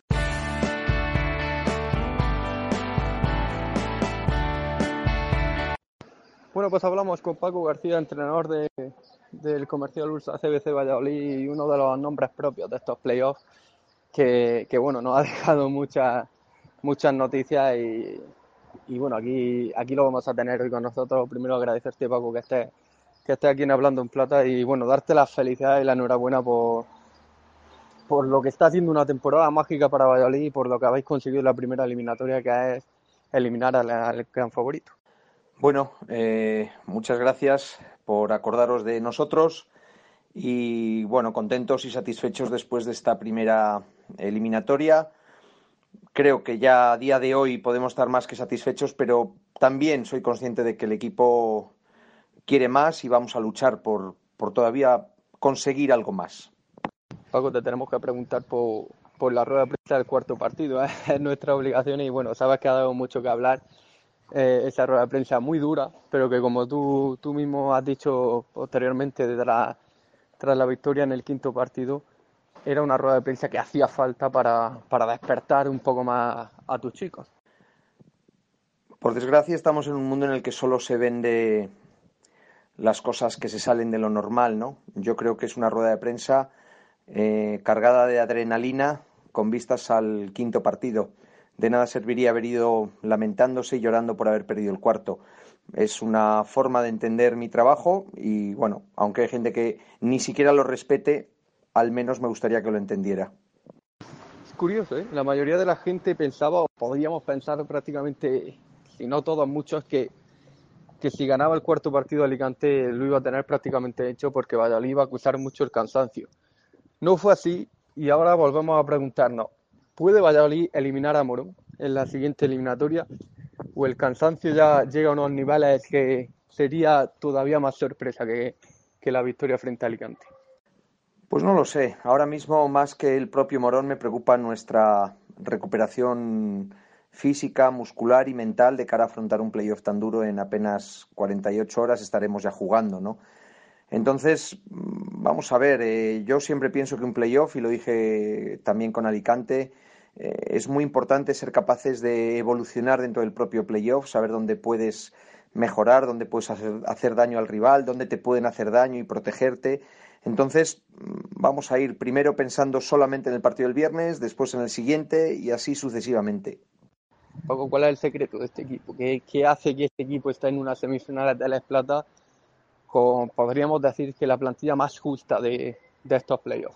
Bueno, pues hablamos con Paco García, entrenador de, del Comercial Ursa C B C Valladolid, y uno de los nombres propios de estos playoffs, que, que bueno, nos ha dejado muchas muchas noticias, y Y bueno, aquí, aquí lo vamos a tener hoy con nosotros. Primero agradecerte, Paco, que estés, que estés aquí en Hablando en Plata, y bueno, darte las felicidades y la enhorabuena por, por lo que está haciendo una temporada mágica para Valladolid, y por lo que habéis conseguido en la primera eliminatoria, que es eliminar al, al gran favorito. Bueno, eh, muchas gracias por acordaros de nosotros, y bueno, contentos y satisfechos después de esta primera eliminatoria. Creo que ya a día de hoy podemos estar más que satisfechos, pero también soy consciente de que el equipo quiere más, y vamos a luchar por, por todavía conseguir algo más. Paco, te tenemos que preguntar por, por la rueda de prensa del cuarto partido, ¿eh? Es nuestra obligación, y bueno, sabes que ha dado mucho que hablar, eh, esa rueda de prensa muy dura, pero que como tú, tú mismo has dicho posteriormente, tras, tras la victoria en el quinto partido, era una rueda de prensa que hacía falta para, para despertar un poco más a tus chicos. Por desgracia, estamos en un mundo en el que solo se vende las cosas que se salen de lo normal, ¿no? Yo creo que es una rueda de prensa eh, cargada de adrenalina, con vistas al quinto partido. De nada serviría haber ido lamentándose y llorando por haber perdido el cuarto. Es una forma de entender mi trabajo, y bueno, aunque hay gente que ni siquiera lo respete, al menos me gustaría que lo entendiera. Es curioso, ¿eh? La mayoría de la gente pensaba, o podríamos pensar prácticamente, si no todos, muchos, que, que si ganaba el cuarto partido Alicante lo iba a tener prácticamente hecho, porque Valladolid iba a acusar mucho el cansancio. No fue así, y ahora volvemos a preguntarnos, ¿puede Valladolid eliminar a Morón en la siguiente eliminatoria? ¿O el cansancio ya llega a unos niveles que sería todavía más sorpresa que, que la victoria frente a Alicante? Pues no lo sé. Ahora mismo, más que el propio Morón, me preocupa nuestra recuperación física, muscular y mental de cara a afrontar un playoff tan duro. En apenas cuarenta y ocho horas estaremos ya jugando, ¿no? Entonces, vamos a ver, eh, yo siempre pienso que un playoff, y lo dije también con Alicante, eh, es muy importante ser capaces de evolucionar dentro del propio playoff, saber dónde puedes mejorar, dónde puedes hacer, hacer daño al rival, dónde te pueden hacer daño y protegerte. Entonces, vamos a ir primero pensando solamente en el partido del viernes, después en el siguiente, y así sucesivamente. Paco, ¿cuál es el secreto de este equipo? ¿Qué, qué hace que este equipo esté en unas semifinales de la Plata con, podríamos decir, que la plantilla más justa de, de estos playoffs?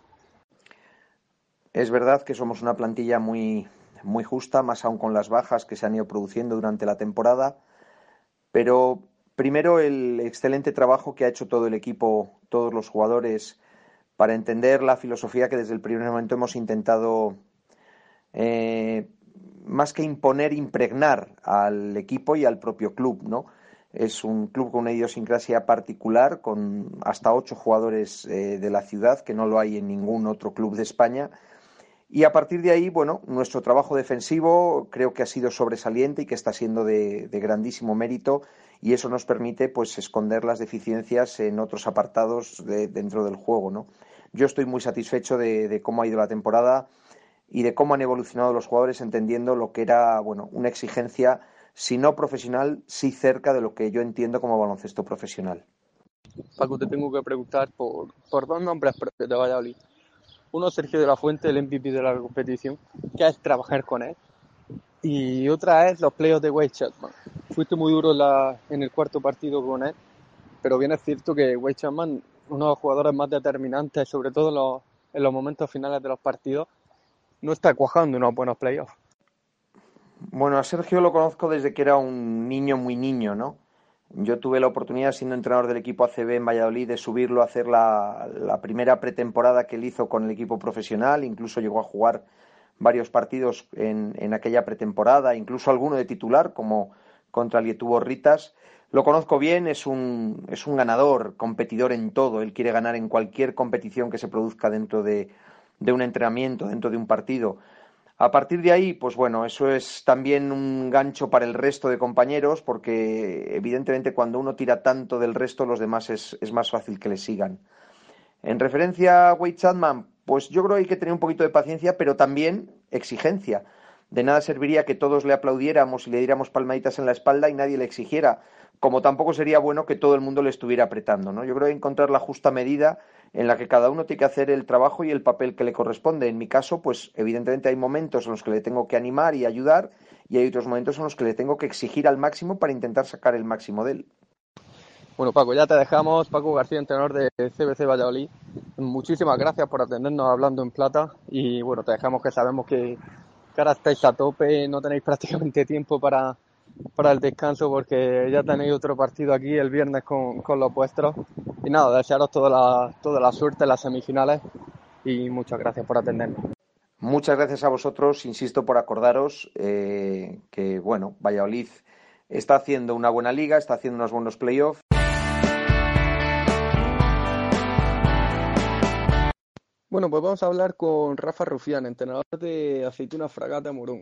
Es verdad que somos una plantilla muy, muy justa, más aún con las bajas que se han ido produciendo durante la temporada, pero primero el excelente trabajo que ha hecho todo el equipo, todos los jugadores, para entender la filosofía que desde el primer momento hemos intentado eh, más que imponer, impregnar al equipo y al propio club, ¿no? Es un club con una idiosincrasia particular, con hasta ocho jugadores eh, de la ciudad, que no lo hay en ningún otro club de España. Y a partir de ahí, bueno, nuestro trabajo defensivo creo que ha sido sobresaliente y que está siendo de, de grandísimo mérito, y eso nos permite pues esconder las deficiencias en otros apartados de, dentro del juego, ¿no? Yo estoy muy satisfecho de, de cómo ha ido la temporada y de cómo han evolucionado los jugadores, entendiendo lo que era, bueno, una exigencia, si no profesional, sí cerca de lo que yo entiendo como baloncesto profesional. Paco, te tengo que preguntar por, por dos nombres propios de Valladolid. Uno, Sergio de la Fuente, el M V P de la competición, que es trabajar con él. Y otra es los playoffs de Wade Chapman. Fuiste muy duro en, la, en el cuarto partido con él, pero bien es cierto que Wade Chapman, uno de los jugadores más determinantes, sobre todo en los, en los momentos finales de los partidos, no está cuajando unos buenos playoffs. Bueno, a Sergio lo conozco desde que era un niño muy niño, ¿no? Yo tuve la oportunidad, siendo entrenador del equipo A C B en Valladolid, de subirlo a hacer la, la primera pretemporada que él hizo con el equipo profesional. Incluso llegó a jugar varios partidos en, en aquella pretemporada, incluso alguno de titular, como contra el Yetubo Ritas. Lo conozco bien, es un, es un ganador, competidor en todo. Él quiere ganar en cualquier competición que se produzca dentro de, de un entrenamiento, dentro de un partido. A partir de ahí, pues bueno, eso es también un gancho para el resto de compañeros, porque evidentemente cuando uno tira tanto del resto, los demás es, es más fácil que le sigan. En referencia a Wade Chapman, pues yo creo que hay que tener un poquito de paciencia, pero también exigencia. De nada serviría que todos le aplaudiéramos y le diéramos palmaditas en la espalda y nadie le exigiera, como tampoco sería bueno que todo el mundo le estuviera apretando, ¿no? Yo creo que encontrar la justa medida en la que cada uno tiene que hacer el trabajo y el papel que le corresponde. En mi caso, pues evidentemente hay momentos en los que le tengo que animar y ayudar, y hay otros momentos en los que le tengo que exigir al máximo para intentar sacar el máximo de él. Bueno, Paco, ya te dejamos. Paco García, entrenador de C B C Valladolid. Muchísimas gracias por atendernos Hablando en Plata, y bueno, te dejamos, que sabemos que, que ahora estáis a tope, no tenéis prácticamente tiempo para, para el descanso, porque ya tenéis otro partido aquí el viernes con, con los vuestros. Y nada, desearos toda la, toda la suerte en las semifinales, y muchas gracias por atendernos. Muchas gracias a vosotros, insisto, por acordaros eh, que, bueno, Valladolid está haciendo una buena liga, está haciendo unos buenos playoffs. Bueno, pues vamos a hablar con Rafa Rufián, entrenador de Aceituna Fragata Morón.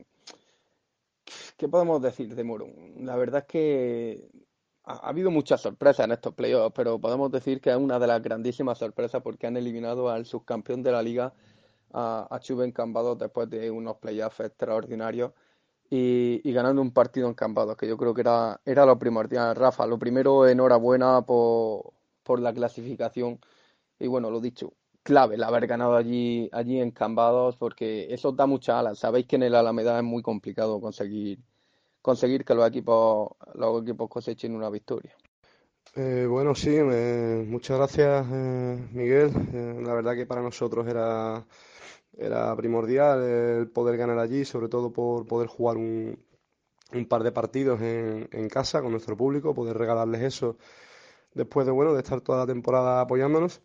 ¿Qué podemos decir de Morón? La verdad es que ha, ha habido muchas sorpresas en estos playoffs, pero podemos decir que es una de las grandísimas sorpresas, porque han eliminado al subcampeón de la liga, a, a Chuben Cambados, después de unos playoffs extraordinarios, y, y ganando un partido en Cambados, que yo creo que era, era lo primordial. Rafa, lo primero, enhorabuena por, por la clasificación, y bueno, lo dicho, clave el haber ganado allí, allí en Cambados, porque eso da mucha alas. Sabéis que en el Alameda es muy complicado conseguir, conseguir que los equipos, los equipos cosechen una victoria. Eh, bueno, sí, me, muchas gracias, eh, Miguel. Eh, la verdad que para nosotros era, era primordial el poder ganar allí, sobre todo por poder jugar un, un par de partidos en, en casa con nuestro público, poder regalarles eso después de, bueno, de estar toda la temporada apoyándonos.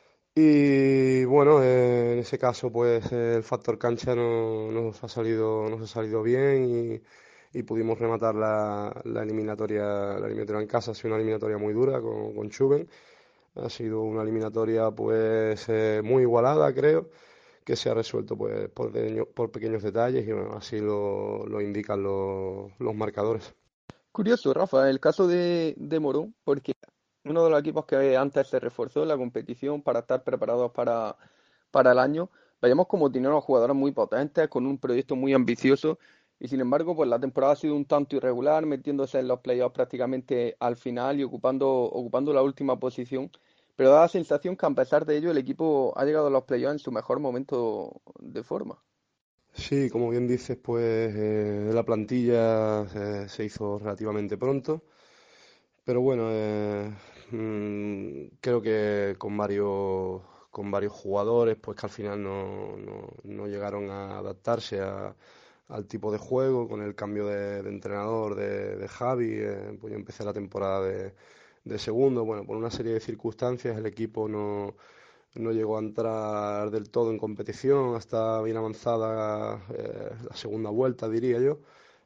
Y bueno, eh, en ese caso, pues eh, el factor cancha no, nos ha salido, nos ha salido bien, y, y pudimos rematar la, la eliminatoria, la eliminatoria en casa. Ha sido una eliminatoria muy dura con, con Chuben. Ha sido una eliminatoria pues eh, muy igualada, creo, que se ha resuelto pues por, de, por pequeños detalles, y bueno, así lo, lo indican los, los marcadores. Curioso, Rafa, el caso de, de Morón, porque uno de los equipos que antes se reforzó en la competición para estar preparados para, para el año, veíamos como tenía unos jugadores muy potentes, con un proyecto muy ambicioso, y sin embargo, pues la temporada ha sido un tanto irregular, metiéndose en los playoffs prácticamente al final y ocupando, ocupando la última posición. Pero da la sensación que, a pesar de ello, el equipo ha llegado a los playoffs en su mejor momento de forma. Sí, como bien dices, pues eh, la plantilla eh, se hizo relativamente pronto. Pero bueno, eh, mmm, creo que con varios, con varios jugadores, pues que al final no, no, no llegaron a adaptarse a, al tipo de juego, con el cambio de, de entrenador de, de Javi. Eh, pues yo empecé la temporada de, de segundo. Bueno, por una serie de circunstancias el equipo no, no llegó a entrar del todo en competición hasta bien avanzada eh, la segunda vuelta, diría yo.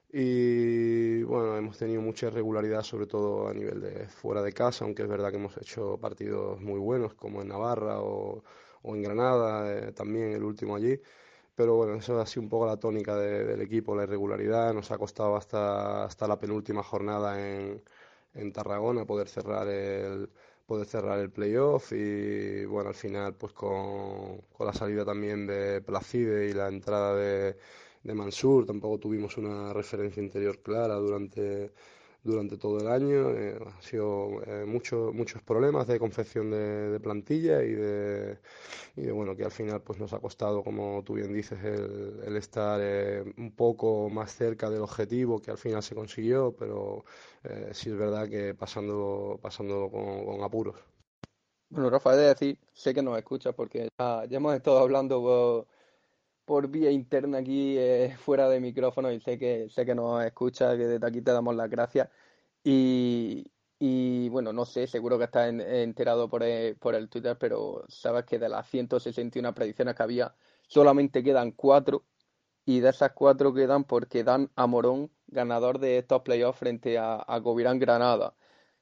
Y bueno, hemos tenido mucha irregularidad, sobre todo a nivel de fuera de casa, aunque es verdad que hemos hecho partidos muy buenos, como en Navarra o, o en Granada, eh, también el último allí. Pero bueno, eso ha sido un poco la tónica de, del equipo, la irregularidad. Nos ha costado hasta, hasta la penúltima jornada en, en Tarragona poder cerrar el poder cerrar el playoff y bueno, al final pues con, con la salida también de Placide y la entrada de, de Mansur tampoco tuvimos una referencia interior clara durante durante todo el año. Eh, ha sido eh, mucho, muchos problemas de confección de, de plantilla y de, y de, bueno, que al final pues nos ha costado, como tú bien dices, el, el estar eh, un poco más cerca del objetivo que al final se consiguió, pero eh, sí es verdad que pasando, pasando con, con apuros. Bueno, Rafa, he de decir, sé que nos escuchas porque ya, ya hemos estado hablando por, por vía interna aquí eh, fuera de micrófono y sé que, sé que nos escuchas, que desde aquí te damos las gracias. Y, y bueno, no sé, seguro que estás en- enterado por el, por el Twitter, pero sabes que de las ciento sesenta y una predicciones que había, solamente quedan cuatro, y de esas cuatro quedan porque dan a Morón ganador de estos playoffs frente a, a Covirán Granada.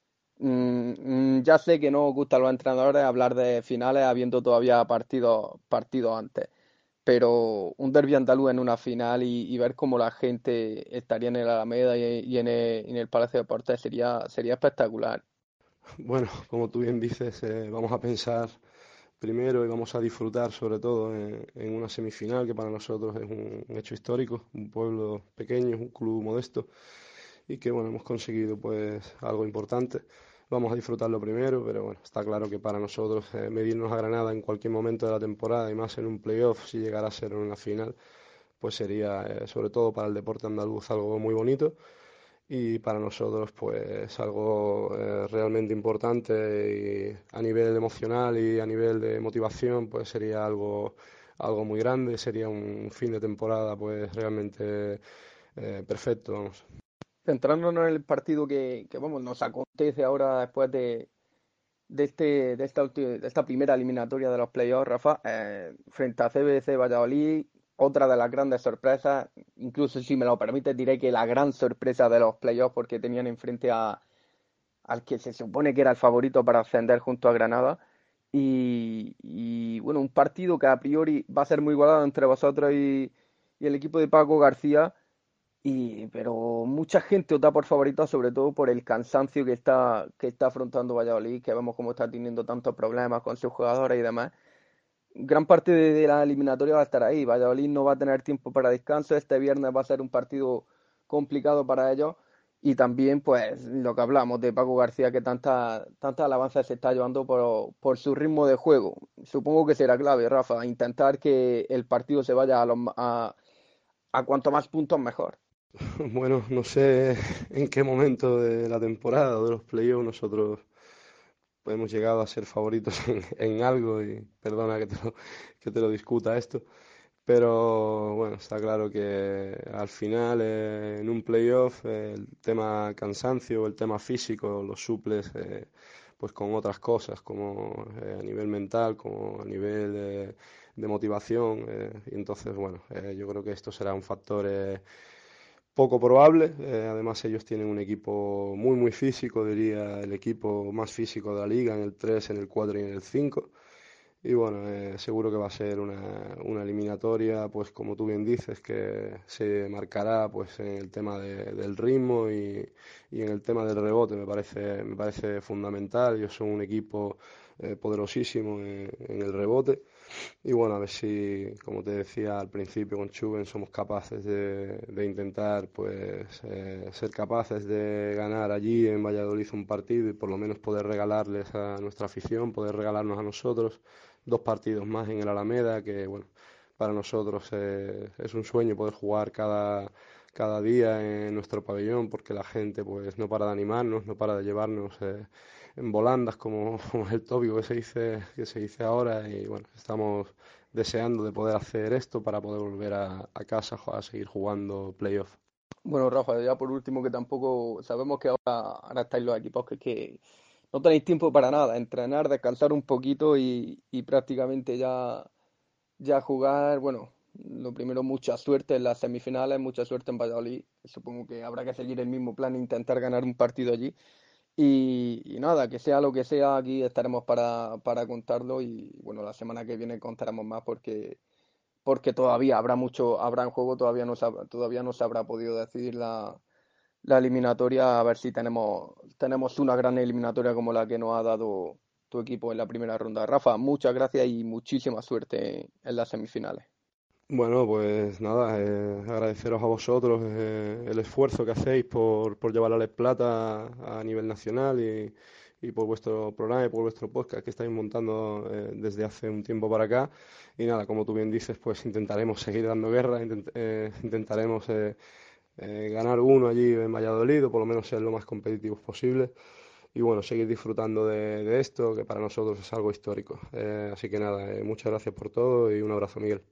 Mm, mm, ya sé que no os gusta a los entrenadores hablar de finales habiendo todavía partidos partidos antes, pero un derbi andaluz en una final y, y ver cómo la gente estaría en el Alameda y, y en el, en el Palacio de Deportes sería, sería espectacular. Bueno, como tú bien dices, eh, vamos a pensar primero y vamos a disfrutar sobre todo en, en una semifinal que para nosotros es un, un hecho histórico, un pueblo pequeño, un club modesto y que bueno, hemos conseguido pues algo importante. Vamos a disfrutarlo primero, pero bueno, está claro que para nosotros eh, medirnos a Granada en cualquier momento de la temporada y más en un playoff, si llegara a ser en una final, pues sería eh, sobre todo para el deporte andaluz algo muy bonito y para nosotros pues algo eh, realmente importante y a nivel emocional y a nivel de motivación pues sería algo algo muy grande, sería un fin de temporada pues realmente eh, perfecto, vamos. Centrándonos en el partido que, que vamos, nos acontece ahora después de, de, este, de, esta, ulti- de esta primera eliminatoria de los playoffs, Rafa, eh, frente a C B C Valladolid, otra de las grandes sorpresas, incluso si me lo permites, diré que la gran sorpresa de los playoffs porque tenían enfrente a, al que se supone que era el favorito para ascender junto a Granada. Y, y, bueno, un partido que a priori va a ser muy igualado entre vosotros y, y el equipo de Paco García, y, pero mucha gente os da por favorito, sobre todo por el cansancio que está, que está afrontando Valladolid, que vemos cómo está teniendo tantos problemas con sus jugadores y demás. Gran parte de, de la eliminatoria va a estar ahí. Valladolid no va a tener tiempo para descanso. Este viernes va a ser un partido complicado para ellos. Y también, pues, lo que hablamos de Paco García, que tanta, tanta alabanza se está llevando por, por su ritmo de juego. Supongo que será clave, Rafa, intentar que el partido se vaya a, los, a, a cuanto más puntos mejor. Bueno, no sé en qué momento de la temporada o de los playoffs nosotros hemos llegado a ser favoritos en, en algo y perdona que te lo, que te lo discuta esto, pero bueno, está claro que al final eh, en un playoff eh, el tema cansancio o el tema físico lo suples eh, pues con otras cosas como eh, a nivel mental, como a nivel de, de motivación eh, y entonces bueno, eh, yo creo que esto será un factor eh, poco probable. Eh, además, ellos tienen un equipo muy, muy físico, diría el equipo más físico de la liga, en el tres, en el cuatro y en el cinco. Y bueno, eh, seguro que va a ser una, una eliminatoria, pues como tú bien dices, que se marcará pues en el tema de- del ritmo y, y en el tema del rebote, me parece, me parece fundamental. Ellos son un equipo eh, poderosísimo en, en el rebote. Y bueno, a ver si, como te decía al principio con Chuben, somos capaces de, de intentar pues eh, ser capaces de ganar allí en Valladolid un partido y por lo menos poder regalarles a nuestra afición, poder regalarnos a nosotros dos partidos más en el Alameda, que bueno, para nosotros eh, es un sueño poder jugar cada, cada día en nuestro pabellón porque la gente pues no para de animarnos, no para de llevarnos eh, en volandas como, como es el tópico que se dice que se dice ahora y bueno, estamos deseando de poder hacer esto para poder volver a, a casa a seguir jugando playoff. Bueno, Rafa, ya por último, que tampoco sabemos que ahora, ahora estáis los equipos que, que no tenéis tiempo para nada, entrenar, descansar un poquito y, y prácticamente ya, ya jugar. Bueno, lo primero, mucha suerte en las semifinales, mucha suerte en Valladolid. Supongo que habrá que seguir el mismo plan e intentar ganar un partido allí. Y, y nada, que sea lo que sea, aquí estaremos para, para contarlo y bueno, la semana que viene contaremos más porque, porque todavía habrá mucho, habrá en juego, todavía no se, habrá- todavía no se habrá podido decidir la, la eliminatoria, a ver si tenemos, tenemos una gran eliminatoria como la que nos ha dado tu equipo en la primera ronda. Rafa, muchas gracias y muchísima suerte en las semifinales. Bueno, pues nada, eh, agradeceros a vosotros eh, el esfuerzo que hacéis por, por llevar a Les Plata a, a nivel nacional y, y por vuestro programa y por vuestro podcast que estáis montando eh, desde hace un tiempo para acá. Y nada, como tú bien dices, pues intentaremos seguir dando guerra, intent- eh, intentaremos eh, eh, ganar uno allí en Valladolid o por lo menos ser lo más competitivos posible. Y bueno, seguir disfrutando de, de esto, que para nosotros es algo histórico. Eh, así que nada, eh, muchas gracias por todo y un abrazo, Miguel.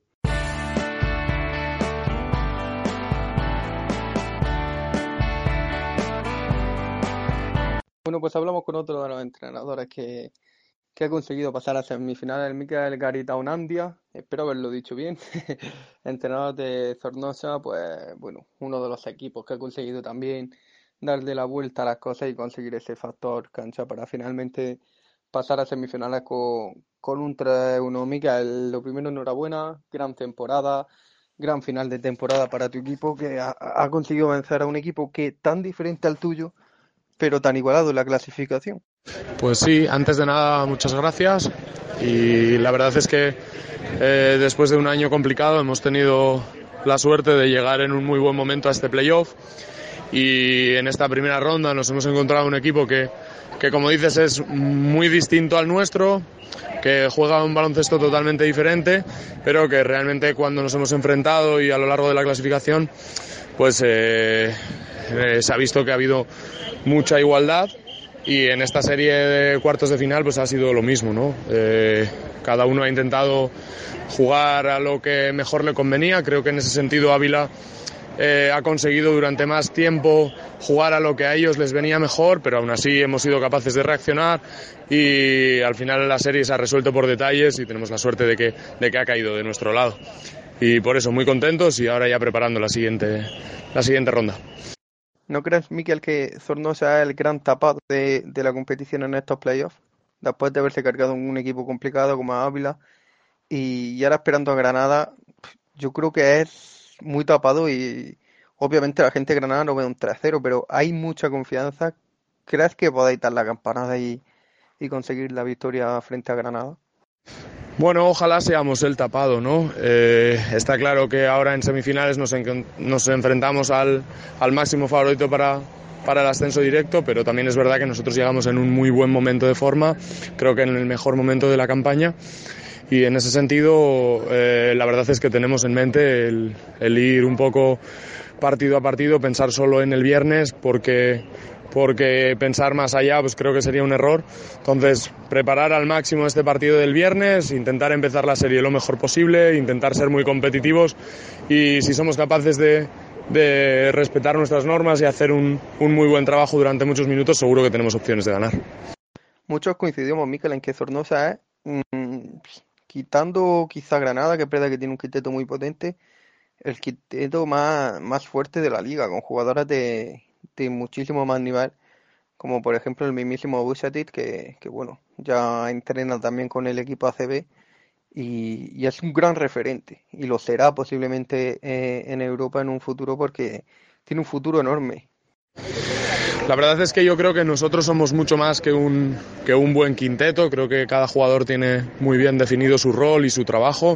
Bueno, pues hablamos con otro de los entrenadores que, que ha conseguido pasar a semifinales, el Mikel Garitaunandia, espero haberlo dicho bien, entrenador de Zornosa, pues bueno, uno de los equipos que ha conseguido también darle la vuelta a las cosas y conseguir ese factor cancha para finalmente pasar a semifinales con, con un tres uno. Mikel, lo primero, enhorabuena, gran temporada, gran final de temporada para tu equipo que ha, ha conseguido vencer a un equipo que tan diferente al tuyo, pero tan igualado en la clasificación. Pues sí, antes de nada, muchas gracias. Y la verdad es que eh, después de un año complicado hemos tenido la suerte de llegar en un muy buen momento a este playoff. Y en esta primera ronda nos hemos encontrado un equipo que, que como dices, es muy distinto al nuestro, que juega un baloncesto totalmente diferente, pero que realmente cuando nos hemos enfrentado y a lo largo de la clasificación, pues eh, eh, se ha visto que ha habido mucha igualdad. Y en esta serie de cuartos de final pues ha sido lo mismo, ¿no? Eh, cada uno ha intentado jugar a lo que mejor le convenía. Creo que en ese sentido Ávila eh, ha conseguido durante más tiempo jugar a lo que a ellos les venía mejor, pero aún así hemos sido capaces de reaccionar y al final la serie se ha resuelto por detalles y tenemos la suerte de que, de que ha caído de nuestro lado. Y por eso muy contentos y ahora ya preparando la siguiente, la siguiente ronda. ¿No crees, Mikel, que Zornosa es el gran tapado de, de la competición en estos playoffs? Después de haberse cargado en un equipo complicado como Ávila y, y ahora esperando a Granada, yo creo que es muy tapado y obviamente la gente de Granada no ve un tres cero, pero hay mucha confianza. ¿Crees que podáis dar la campanada y, y conseguir la victoria frente a Granada? Bueno, ojalá seamos el tapado, ¿no? Eh, está claro que ahora en semifinales nos, en, nos enfrentamos al, al máximo favorito para, para el ascenso directo, pero también es verdad que nosotros llegamos en un muy buen momento de forma, creo que en el mejor momento de la campaña, y en ese sentido eh, la verdad es que tenemos en mente el, el ir un poco partido a partido, pensar solo en el viernes, porque... porque pensar más allá pues creo que sería un error. Entonces, preparar al máximo este partido del viernes, intentar empezar la serie lo mejor posible, intentar ser muy competitivos y si somos capaces de, de respetar nuestras normas y hacer un, un muy buen trabajo durante muchos minutos, seguro que tenemos opciones de ganar. Muchos coincidimos, Mikel, en que Zornosa es, mmm, quitando quizá Granada, que es verdad que tiene un quinteto muy potente, el quinteto más, más fuerte de la liga, con jugadoras de... de muchísimo más nivel, como por ejemplo el mismísimo Vucetic, que, que bueno, ya entrena también con el equipo A C B y, y es un gran referente y lo será posiblemente eh, en Europa en un futuro porque tiene un futuro enorme. La verdad es que yo creo que nosotros somos mucho más que un, que un buen quinteto, creo que cada jugador tiene muy bien definido su rol y su trabajo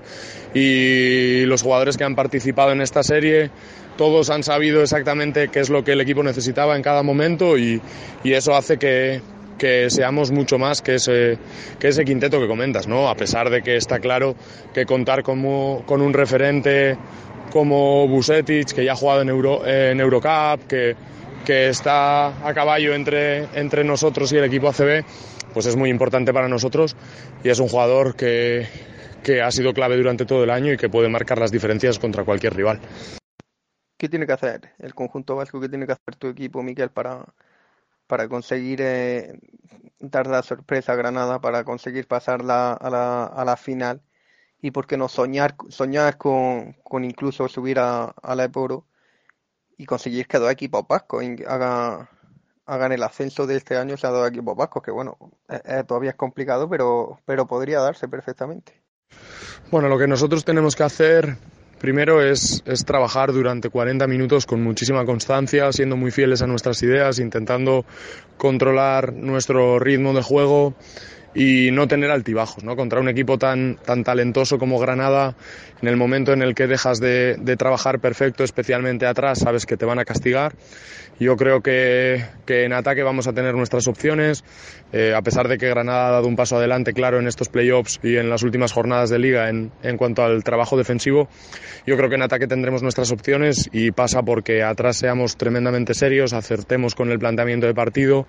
y los jugadores que han participado en esta serie todos han sabido exactamente qué es lo que el equipo necesitaba en cada momento y, y eso hace que, que seamos mucho más que ese, que ese quinteto que comentas, ¿no? A pesar de que está claro que contar como, con un referente como Vucetic, que ya ha jugado en, Euro, en Eurocup, que, que está a caballo entre, entre nosotros y el equipo A C B, pues es muy importante para nosotros y es un jugador que, que ha sido clave durante todo el año y que puede marcar las diferencias contra cualquier rival. ¿Qué tiene que hacer el conjunto vasco? ¿Qué tiene que hacer tu equipo, Mikel, para, para conseguir eh, dar la sorpresa a Granada, para conseguir pasar la, a, la, a la final y por qué no soñar, soñar con, con incluso subir a, a la Eporo y conseguir que dos equipos vascos hagan, hagan el ascenso de este año, o sea, dos equipos vascos, que bueno, eh, eh, todavía es complicado, pero, pero podría darse perfectamente. Bueno, lo que nosotros tenemos que hacer primero es, es trabajar durante cuarenta minutos con muchísima constancia, siendo muy fieles a nuestras ideas, intentando controlar nuestro ritmo de juego y no tener altibajos, ¿no? Contra un equipo tan, tan talentoso como Granada, en el momento en el que dejas de, de trabajar perfecto, especialmente atrás, sabes que te van a castigar. Yo creo que, que en ataque vamos a tener nuestras opciones, eh, a pesar de que Granada ha dado un paso adelante claro en estos playoffs y en las últimas jornadas de Liga en, en cuanto al trabajo defensivo. Yo creo que en ataque tendremos nuestras opciones y pasa porque atrás seamos tremendamente serios, acertemos con el planteamiento de partido.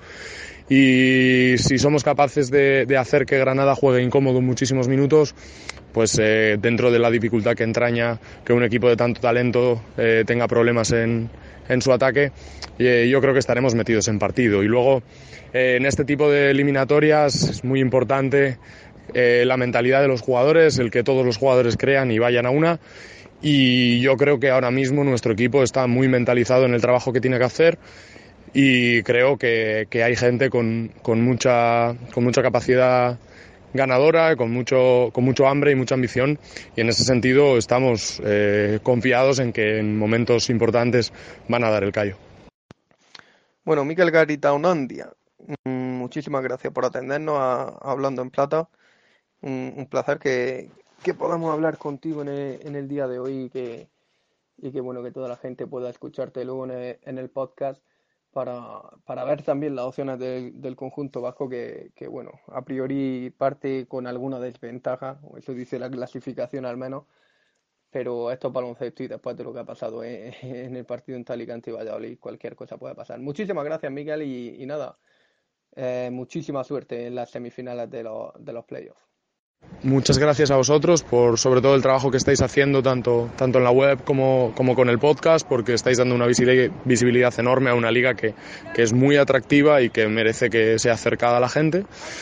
Y si somos capaces de, de hacer que Granada juegue incómodo muchísimos minutos, pues eh, dentro de la dificultad que entraña que un equipo de tanto talento eh, tenga problemas en, en su ataque, eh, yo creo que estaremos metidos en partido. Y luego, eh, en este tipo de eliminatorias es muy importante eh, la mentalidad de los jugadores, el que todos los jugadores crean y vayan a una. Y yo creo que ahora mismo nuestro equipo está muy mentalizado en el trabajo que tiene que hacer. Y creo que, que hay gente con, con, mucha, con mucha capacidad ganadora, con mucho, con mucho hambre y mucha ambición, y en ese sentido estamos eh, confiados en que en momentos importantes van a dar el callo. Bueno, Mikel Garitaunandia, muchísimas gracias por atendernos a, a Hablando en Plata. Un, un placer que, que podamos hablar contigo en el, en el día de hoy y que, y que, bueno, que toda la gente pueda escucharte luego en el, en el podcast. Para, para ver también las opciones del, del conjunto vasco que, que, bueno, a priori parte con alguna desventaja, o eso dice la clasificación al menos, pero esto es baloncesto y después de lo que ha pasado en, en el partido en Alicante y Valladolid, cualquier cosa puede pasar. Muchísimas gracias, Miguel, y, y nada, eh, muchísima suerte en las semifinales de los, de los playoffs. Muchas gracias a vosotros por sobre todo el trabajo que estáis haciendo tanto, tanto en la web como, como con el podcast, porque estáis dando una visibilidad enorme a una liga que, que es muy atractiva y que merece que sea acercada a la gente.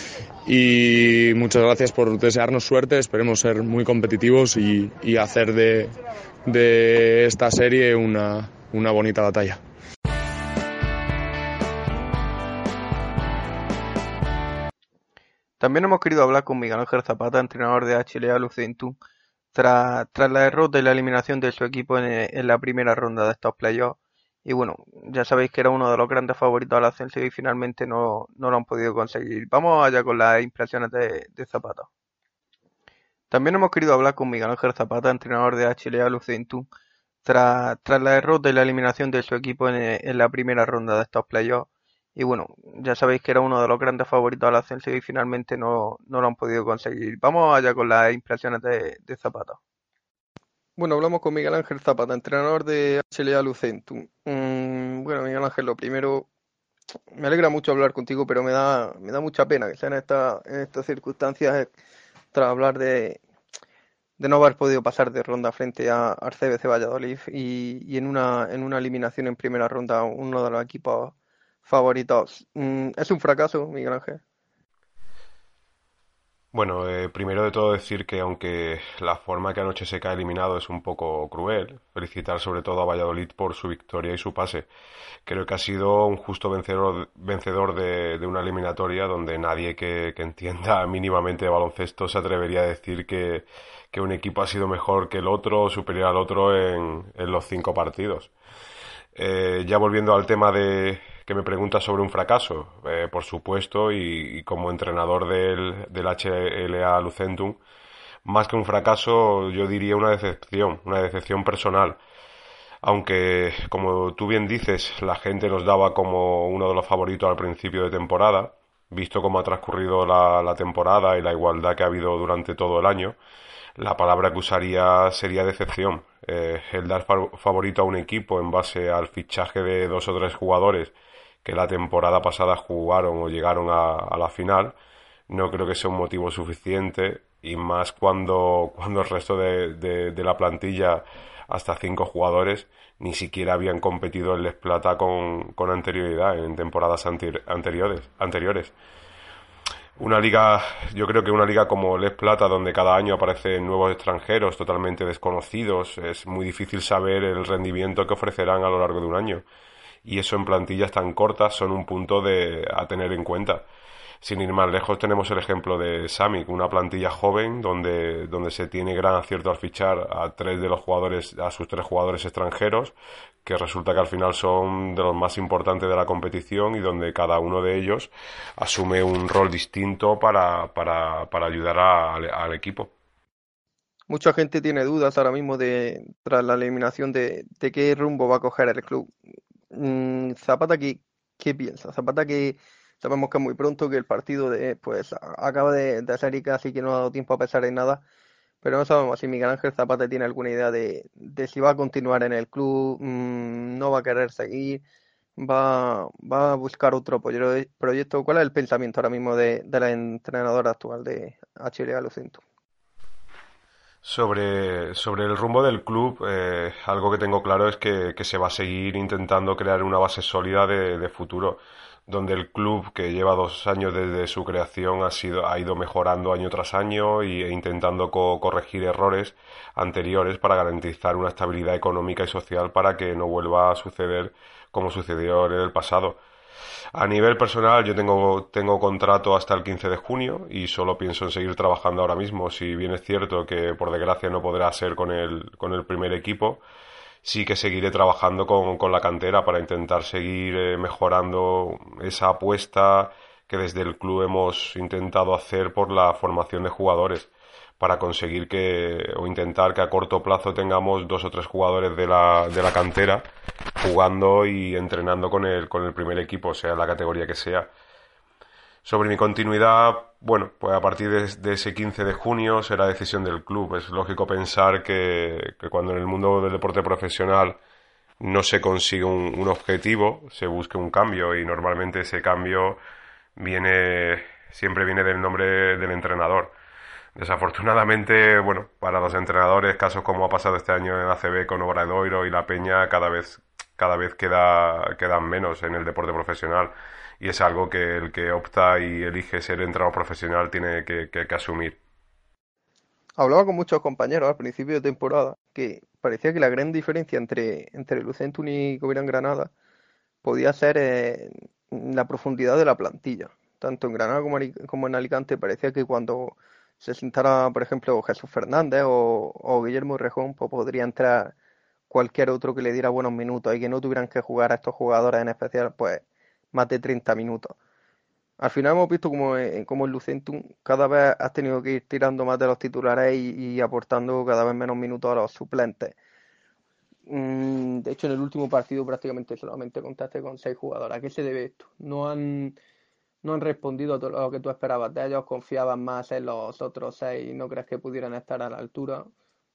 Y muchas gracias por desearnos suerte, esperemos ser muy competitivos y, y hacer de, de esta serie una, una bonita batalla. También hemos querido hablar con Miguel Ángel Zapata, entrenador de H L A Lucentum, tras, tras la derrota y la eliminación de su equipo en, en la primera ronda de estos playoffs. Y bueno, ya sabéis que era uno de los grandes favoritos al ascenso y finalmente no, no lo han podido conseguir. Vamos allá con las impresiones de, de Zapata. También hemos querido hablar con Miguel Ángel Zapata, entrenador de H L A Lucentum, tras, tras la derrota y la eliminación de su equipo en, en la primera ronda de estos playoffs. Y bueno, ya sabéis que era uno de los grandes favoritos al ascenso y finalmente no, no lo han podido conseguir. Vamos allá con las impresiones de, de Zapata. Bueno, hablamos con Miguel Ángel Zapata, entrenador de H L A Lucentum. Mm, bueno, Miguel Ángel, lo primero, me alegra mucho hablar contigo, pero me da, me da mucha pena que sea en, esta, en estas circunstancias, tras hablar de, de no haber podido pasar de ronda frente a, al C B C Valladolid y, y en, una, en una eliminación en primera ronda, uno de los equipos favoritos. ¿Es un fracaso, Miguel Ángel? Bueno, eh, primero de todo decir que aunque la forma que anoche se cae eliminado es un poco cruel, felicitar sobre todo a Valladolid por su victoria y su pase. Creo que ha sido un justo vencedor, vencedor de, de una eliminatoria donde nadie que, que entienda mínimamente de baloncesto se atrevería a decir que, que un equipo ha sido mejor que el otro o superior al otro en, en los cinco partidos. Eh, ya volviendo al tema de que me preguntas sobre un fracaso, eh, por supuesto, y, y como entrenador del, del H L A Lucentum, más que un fracaso, yo diría una decepción, una decepción personal. Aunque, como tú bien dices, la gente nos daba como uno de los favoritos al principio de temporada, visto cómo ha transcurrido la, la temporada y la igualdad que ha habido durante todo el año, la palabra que usaría sería decepción. Eh, el dar favorito a un equipo en base al fichaje de dos o tres jugadores que la temporada pasada jugaron o llegaron a, a la final, no creo que sea un motivo suficiente, y más cuando, cuando el resto de, de, de la plantilla, hasta cinco jugadores, ni siquiera habían competido en Les Plata con, con anterioridad, en temporadas anteriores, anteriores. Una liga, yo creo que una liga como Les Plata, donde cada año aparecen nuevos extranjeros totalmente desconocidos, es muy difícil saber el rendimiento que ofrecerán a lo largo de un año. Y eso en plantillas tan cortas son un punto de, a tener en cuenta. Sin ir más lejos, tenemos el ejemplo de Samic, una plantilla joven donde, donde se tiene gran acierto al fichar a tres de los jugadores, a sus tres jugadores extranjeros, que resulta que al final son de los más importantes de la competición y donde cada uno de ellos asume un rol distinto para, para, para ayudar a, al, al equipo. Mucha gente tiene dudas ahora mismo de, tras la eliminación, de, de qué rumbo va a coger el club. Mm, Zapata, ¿qué, qué piensa? Zapata, que sabemos que es muy pronto, que el partido de, pues acaba de, de ser y casi que no ha dado tiempo a pensar en nada, pero no sabemos si Miguel Ángel Zapata tiene alguna idea de, de si va a continuar en el club, mmm, no va a querer seguir, va, va a buscar otro proyecto. ¿Cuál es el pensamiento ahora mismo de, de la entrenadora actual de H L A Lucentum? Sobre, sobre el rumbo del club, eh, algo que tengo claro es que, que se va a seguir intentando crear una base sólida de, de futuro, donde el club, que lleva dos años desde su creación, ha sido, ha ido mejorando año tras año y, e intentando co- corregir errores anteriores para garantizar una estabilidad económica y social para que no vuelva a suceder como sucedió en el pasado. A nivel personal, yo tengo, tengo contrato hasta el quince de junio y solo pienso en seguir trabajando ahora mismo. Si bien es cierto que por desgracia no podrá ser con el, con el primer equipo, sí que seguiré trabajando con, con la cantera para intentar seguir eh, mejorando esa apuesta que desde el club hemos intentado hacer por la formación de jugadores, para conseguir que, o intentar que a corto plazo tengamos dos o tres jugadores de la, de la cantera jugando y entrenando con el, con el primer equipo, sea la categoría que sea. Sobre mi continuidad, bueno, pues a partir de, de ese quince de junio será decisión del club. Es lógico pensar que, que cuando en el mundo del deporte profesional no se consigue un, un objetivo, se busque un cambio, y normalmente ese cambio viene, siempre viene del nombre del entrenador. Desafortunadamente, bueno, para los entrenadores, casos como ha pasado este año en A C B con Obradoiro y La Peña, cada vez, cada vez queda, quedan menos en el deporte profesional, y es algo que el que opta y elige ser entrenador profesional tiene que, que, que asumir. Hablaba con muchos compañeros al principio de temporada que parecía que la gran diferencia entre, entre Lucentum y Covirán Granada podía ser eh, la profundidad de la plantilla. Tanto en Granada como, como en Alicante parecía que cuando se sentara, por ejemplo, Jesús Fernández o, o Guillermo Rejón, pues podría entrar cualquier otro que le diera buenos minutos y que no tuvieran que jugar a estos jugadores en especial pues más de treinta minutos. Al final hemos visto como, como el Lucentum cada vez has tenido que ir tirando más de los titulares y, y aportando cada vez menos minutos a los suplentes. Mm, de hecho, en el último partido prácticamente solamente contaste con seis jugadores. ¿A qué se debe esto? No han, no han respondido a todo lo que tú esperabas de ellos, confiabas más en los otros seis, ¿no crees que pudieran estar a la altura?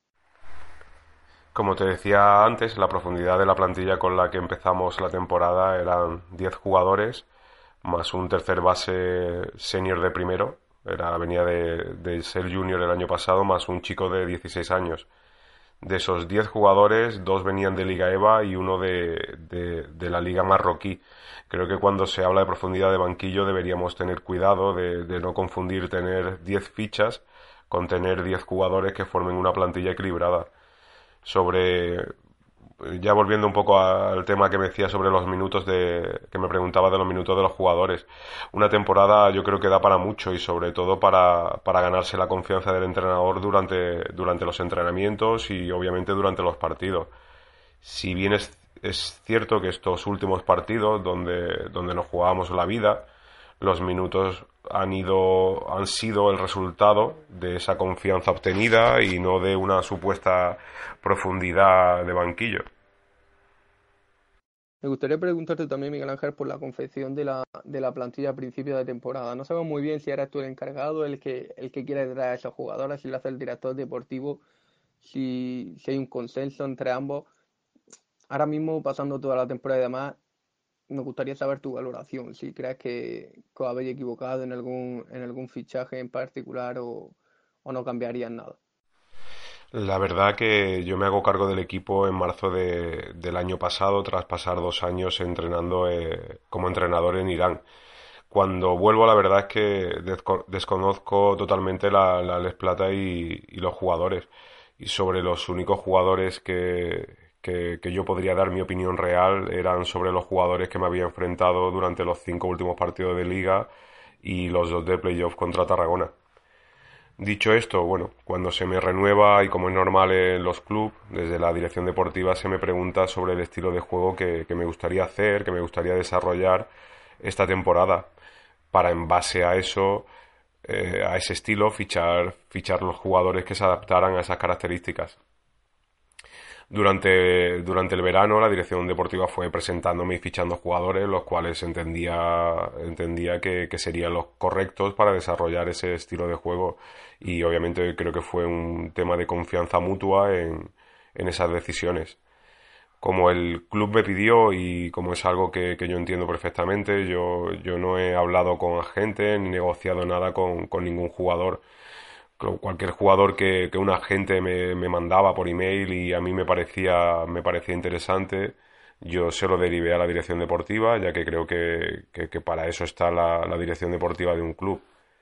Como te decía antes, la profundidad de la plantilla con la que empezamos la temporada eran diez jugadores, más un tercer base senior de primero, era, venía de, de ser junior el año pasado, más un chico de dieciséis años. De esos diez jugadores, dos venían de Liga EVA y uno de, de, de la Liga Marroquí. Creo que cuando se habla de profundidad de banquillo deberíamos tener cuidado de, de no confundir tener diez fichas con tener diez jugadores que formen una plantilla equilibrada. Sobre, ya volviendo un poco al tema que me decía sobre los minutos de, que me preguntaba de los minutos de los jugadores, una temporada yo creo que da para mucho, y sobre todo para, para ganarse la confianza del entrenador durante, durante los entrenamientos y obviamente durante los partidos. Si bien es, es cierto que estos últimos partidos donde, donde nos jugábamos la vida, los minutos han ido, han sido el resultado de esa confianza obtenida y no de una supuesta profundidad de banquillo. Me gustaría preguntarte también, Miguel Ángel, por la confección de la, de la plantilla a principio de temporada. No sabemos muy bien si eres tú el encargado, el que, el que quiere traer a esos jugadores, si lo hace el director deportivo, si, si hay un consenso entre ambos. Ahora mismo, pasando toda la temporada y demás, me gustaría saber tu valoración, si crees que, que os habéis equivocado en algún, en algún fichaje en particular o, o no cambiarías nada. La verdad que yo me hago cargo del equipo en marzo de, del año pasado, tras pasar dos años entrenando eh, como entrenador en Irán. Cuando vuelvo, la verdad es que desco- desconozco totalmente la, la Les Plata y, y los jugadores. Y sobre los únicos jugadores que, que, que yo podría dar mi opinión real eran sobre los jugadores que me había enfrentado durante los cinco últimos partidos de liga y los dos de playoff contra Tarragona. Dicho esto, bueno, cuando se me renueva y como es normal en los clubes, desde la dirección deportiva se me pregunta sobre el estilo de juego que, que me gustaría hacer, que me gustaría desarrollar esta temporada, para en base a eso, eh, a ese estilo, fichar, fichar los jugadores que se adaptaran a esas características. Durante, durante el verano la dirección deportiva fue presentándome y fichando jugadores, los cuales entendía, entendía que, que serían los correctos para desarrollar ese estilo de juego, y obviamente creo que fue un tema de confianza mutua en, en esas decisiones. Como el club me pidió y como es algo que, que yo entiendo perfectamente, yo, yo no he hablado con agentes ni negociado nada con, con ningún jugador. Cualquier jugador que, que un agente me, me mandaba por email y a mí me parecía, me parecía interesante, yo se lo derivé a la dirección deportiva, ya que creo que, que, que para eso está la, la dirección deportiva de un club.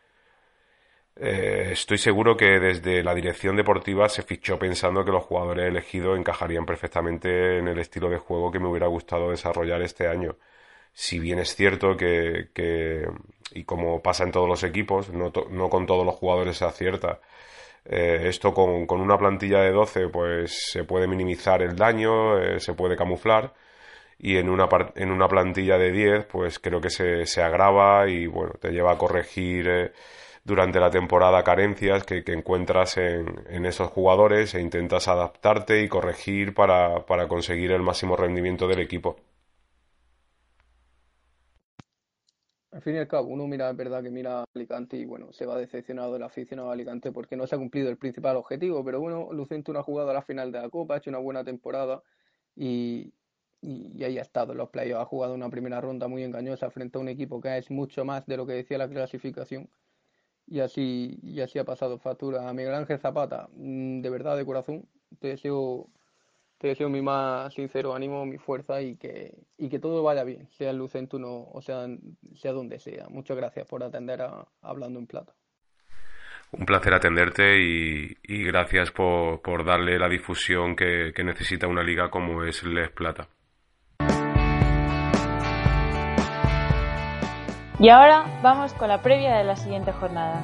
Eh, estoy seguro que desde la dirección deportiva se fichó pensando que los jugadores elegidos encajarían perfectamente en el estilo de juego que me hubiera gustado desarrollar este año. Si bien es cierto que, que y como pasa en todos los equipos, no, to, no con todos los jugadores se acierta. Eh, esto con, con una plantilla de doce pues se puede minimizar el daño, eh, se puede camuflar, y en una, en una plantilla de diez pues creo que se, se agrava y bueno, te lleva a corregir eh, durante la temporada carencias que, que encuentras en, en esos jugadores e intentas adaptarte y corregir para, para conseguir el máximo rendimiento del equipo. Al fin y al cabo, uno mira, es verdad que mira a Alicante y bueno, se va decepcionado el aficionado a Alicante porque no se ha cumplido el principal objetivo, pero bueno, Lucente no ha jugado a la final de la Copa, ha hecho una buena temporada y, y, y ahí ha estado en los playoffs, ha jugado una primera ronda muy engañosa frente a un equipo que es mucho más de lo que decía la clasificación, y así, y así ha pasado factura. A Miguel Ángel Zapata, de verdad, de corazón, te deseo... Te deseo mi más sincero ánimo, mi fuerza y que, y que todo vaya bien, sea en Lucentuno o sea, sea donde sea. Muchas gracias por atender a, a Hablando en Plata. Un placer atenderte y, y gracias por, por darle la difusión que, que necesita una liga como es Les Plata. Y ahora vamos con la previa de la siguiente jornada.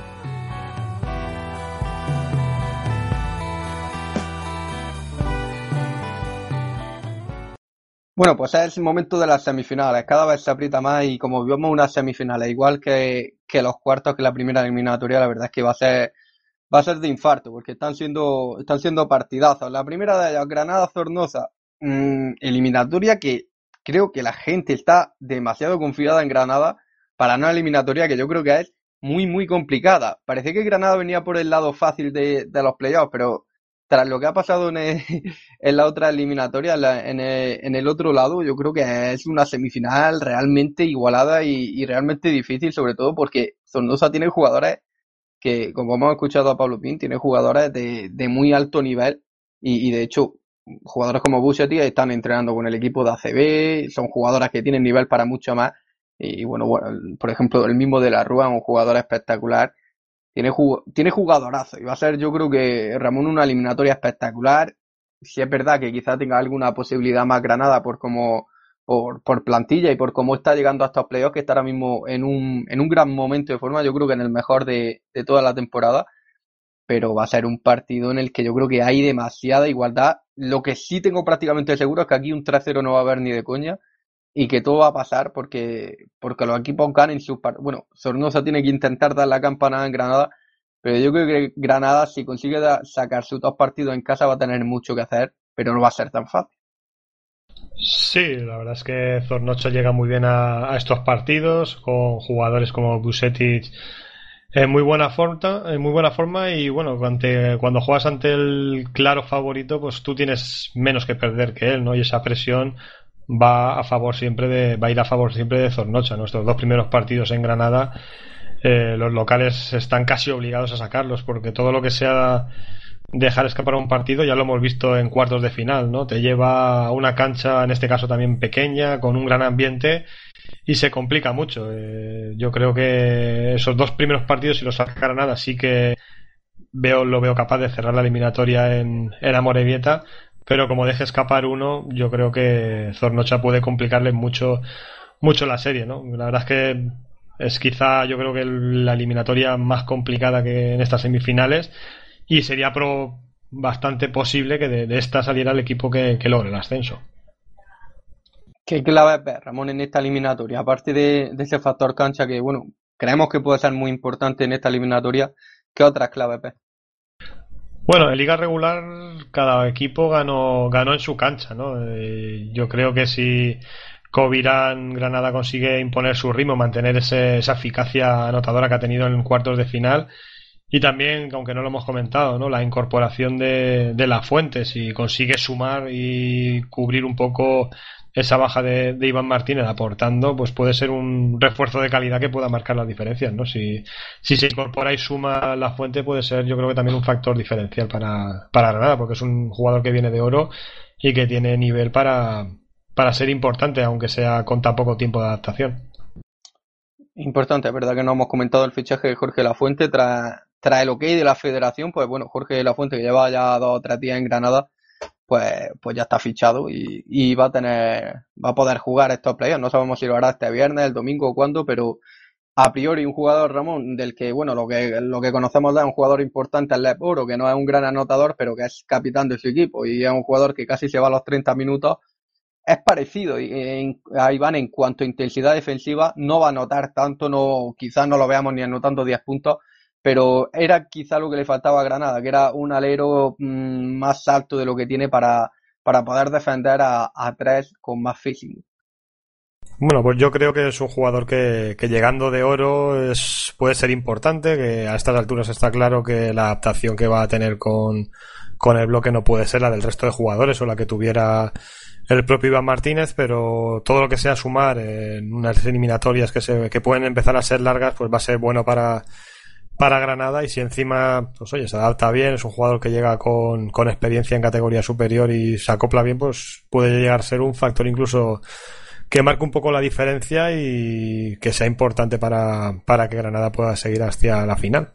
Bueno, pues es el momento de las semifinales. Cada vez se aprieta más y como vemos unas semifinales igual que, que los cuartos, que la primera eliminatoria, la verdad es que va a ser va a ser de infarto porque están siendo están siendo partidazos. La primera de ellas, Granada-Zornoza, mmm, eliminatoria que creo que la gente está demasiado confiada en Granada para una eliminatoria que yo creo que es muy muy complicada. Parece que Granada venía por el lado fácil de, de los playoffs, pero tras lo que ha pasado en, el, en la otra eliminatoria, en, la, en, el, en el otro lado, yo creo que es una semifinal realmente igualada y, y realmente difícil, sobre todo porque Zornoza tiene jugadores que, como hemos escuchado a Pablo Pin, tiene jugadores de, de muy alto nivel y, y de hecho jugadores como Busetti están entrenando con el equipo de A C B, son jugadores que tienen nivel para mucho más y bueno, bueno por ejemplo el mismo de la Rúa, un jugador espectacular. Tiene, jug- tiene jugadorazo y va a ser, yo creo que Ramón, una eliminatoria espectacular. Si es verdad que quizá tenga alguna posibilidad más Granada por como por, por plantilla y por cómo está llegando a estos playoffs, que está ahora mismo en un, en un gran momento de forma, yo creo que en el mejor de, de toda la temporada, pero va a ser un partido en el que yo creo que hay demasiada igualdad. Lo que sí tengo prácticamente seguro es que aquí un tres cero no va a haber ni de coña y que todo va a pasar porque porque los equipos ganen sus partidos. Bueno, Zornoza tiene que intentar dar la campanada en Granada, pero yo creo que Granada, si consigue da, sacar sus dos partidos en casa, va a tener mucho que hacer, pero no va a ser tan fácil. Sí, la verdad es que Zornoza llega muy bien a, a estos partidos con jugadores como Busetic en muy buena forma, en muy buena forma y bueno, ante, cuando juegas ante el claro favorito, pues tú tienes menos que perder que él, ¿no? Y esa presión va a favor siempre de va a ir a favor siempre de Zornocha. Nuestros dos primeros partidos en Granada, eh, los locales están casi obligados a sacarlos, porque todo lo que sea dejar escapar un partido ya lo hemos visto en cuartos de final, ¿no? Te lleva a una cancha, en este caso también pequeña, con un gran ambiente, y se complica mucho. Eh, yo creo que esos dos primeros partidos, si los saca Granada, sí que veo lo veo capaz de cerrar la eliminatoria en, en Amorebieta. Pero como deje escapar uno, yo creo que Zornocha puede complicarle mucho mucho la serie, ¿no? La verdad es que es quizá, yo creo que la eliminatoria más complicada que en estas semifinales, y sería pro bastante posible que de, de esta saliera el equipo que, que logre el ascenso. ¿Qué clave ves, Ramón, en esta eliminatoria? Aparte de, de ese factor cancha que, bueno, creemos que puede ser muy importante en esta eliminatoria, ¿qué otras claves ves? Bueno, en liga regular cada equipo ganó ganó en su cancha, ¿no? Eh, yo creo que si Covirán Granada consigue imponer su ritmo, mantener ese, esa eficacia anotadora que ha tenido en cuartos de final, y también, aunque no lo hemos comentado, ¿no?, la incorporación de, de La Fuente, si consigue sumar y cubrir un poco esa baja de, de Iván Martínez aportando, pues puede ser un refuerzo de calidad que pueda marcar las diferencias, ¿no? Si, si se incorpora y suma La Fuente, puede ser, yo creo que también un factor diferencial para, para Granada, porque es un jugador que viene de oro y que tiene nivel para, para ser importante, aunque sea con tan poco tiempo de adaptación. Importante, es verdad que no hemos comentado el fichaje de Jorge Lafuente tras, tras el ok de la federación. Pues bueno, Jorge Lafuente, que lleva ya dos o tres días en Granada, pues pues ya está fichado y, y va a tener va a poder jugar estos playoffs. No sabemos si lo hará este viernes, el domingo o cuándo, pero a priori un jugador, Ramón, del que, bueno, lo que lo que conocemos de un jugador importante es Lep Oro, que no es un gran anotador, pero que es capitán de su equipo, y es un jugador que casi se va a los treinta minutos. Es parecido a Iván en cuanto a intensidad defensiva, no va a anotar tanto, no quizás no lo veamos ni anotando diez puntos, pero era quizá lo que le faltaba a Granada, que era un alero mmm, más alto de lo que tiene para, para poder defender a, a tres con más físico. Bueno, pues yo creo que es un jugador que, que llegando de oro es, puede ser importante, que a estas alturas está claro que la adaptación que va a tener con, con el bloque no puede ser la del resto de jugadores o la que tuviera el propio Iván Martínez, pero todo lo que sea sumar en unas eliminatorias que se que pueden empezar a ser largas, pues va a ser bueno para para Granada. Y si encima, pues oye, se adapta bien, es un jugador que llega con, con experiencia en categoría superior y se acopla bien, pues puede llegar a ser un factor incluso que marque un poco la diferencia y que sea importante para, para que Granada pueda seguir hacia la final.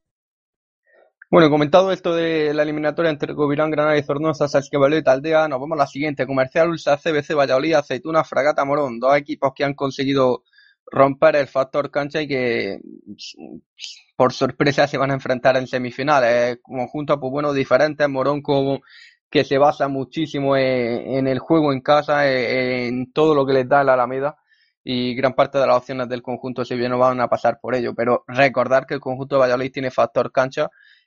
Bueno, comentado esto de la eliminatoria entre Covirán, Granada y Zornoza, Salsquevaló y Taldea, nos vamos a la siguiente. Comercial Ulsa, C B C, Valladolid, Aceituna, Fragata, Morón. Dos equipos que han conseguido romper el factor cancha y que por sorpresa se van a enfrentar en semifinales. Conjuntos, pues bueno, diferentes. Morón como que se basa muchísimo en, en el juego en casa, en, en todo lo que les da la Alameda, y gran parte de las opciones del conjunto sevillano van a pasar por ello. Pero recordar que el conjunto de Valladolid tiene factor cancha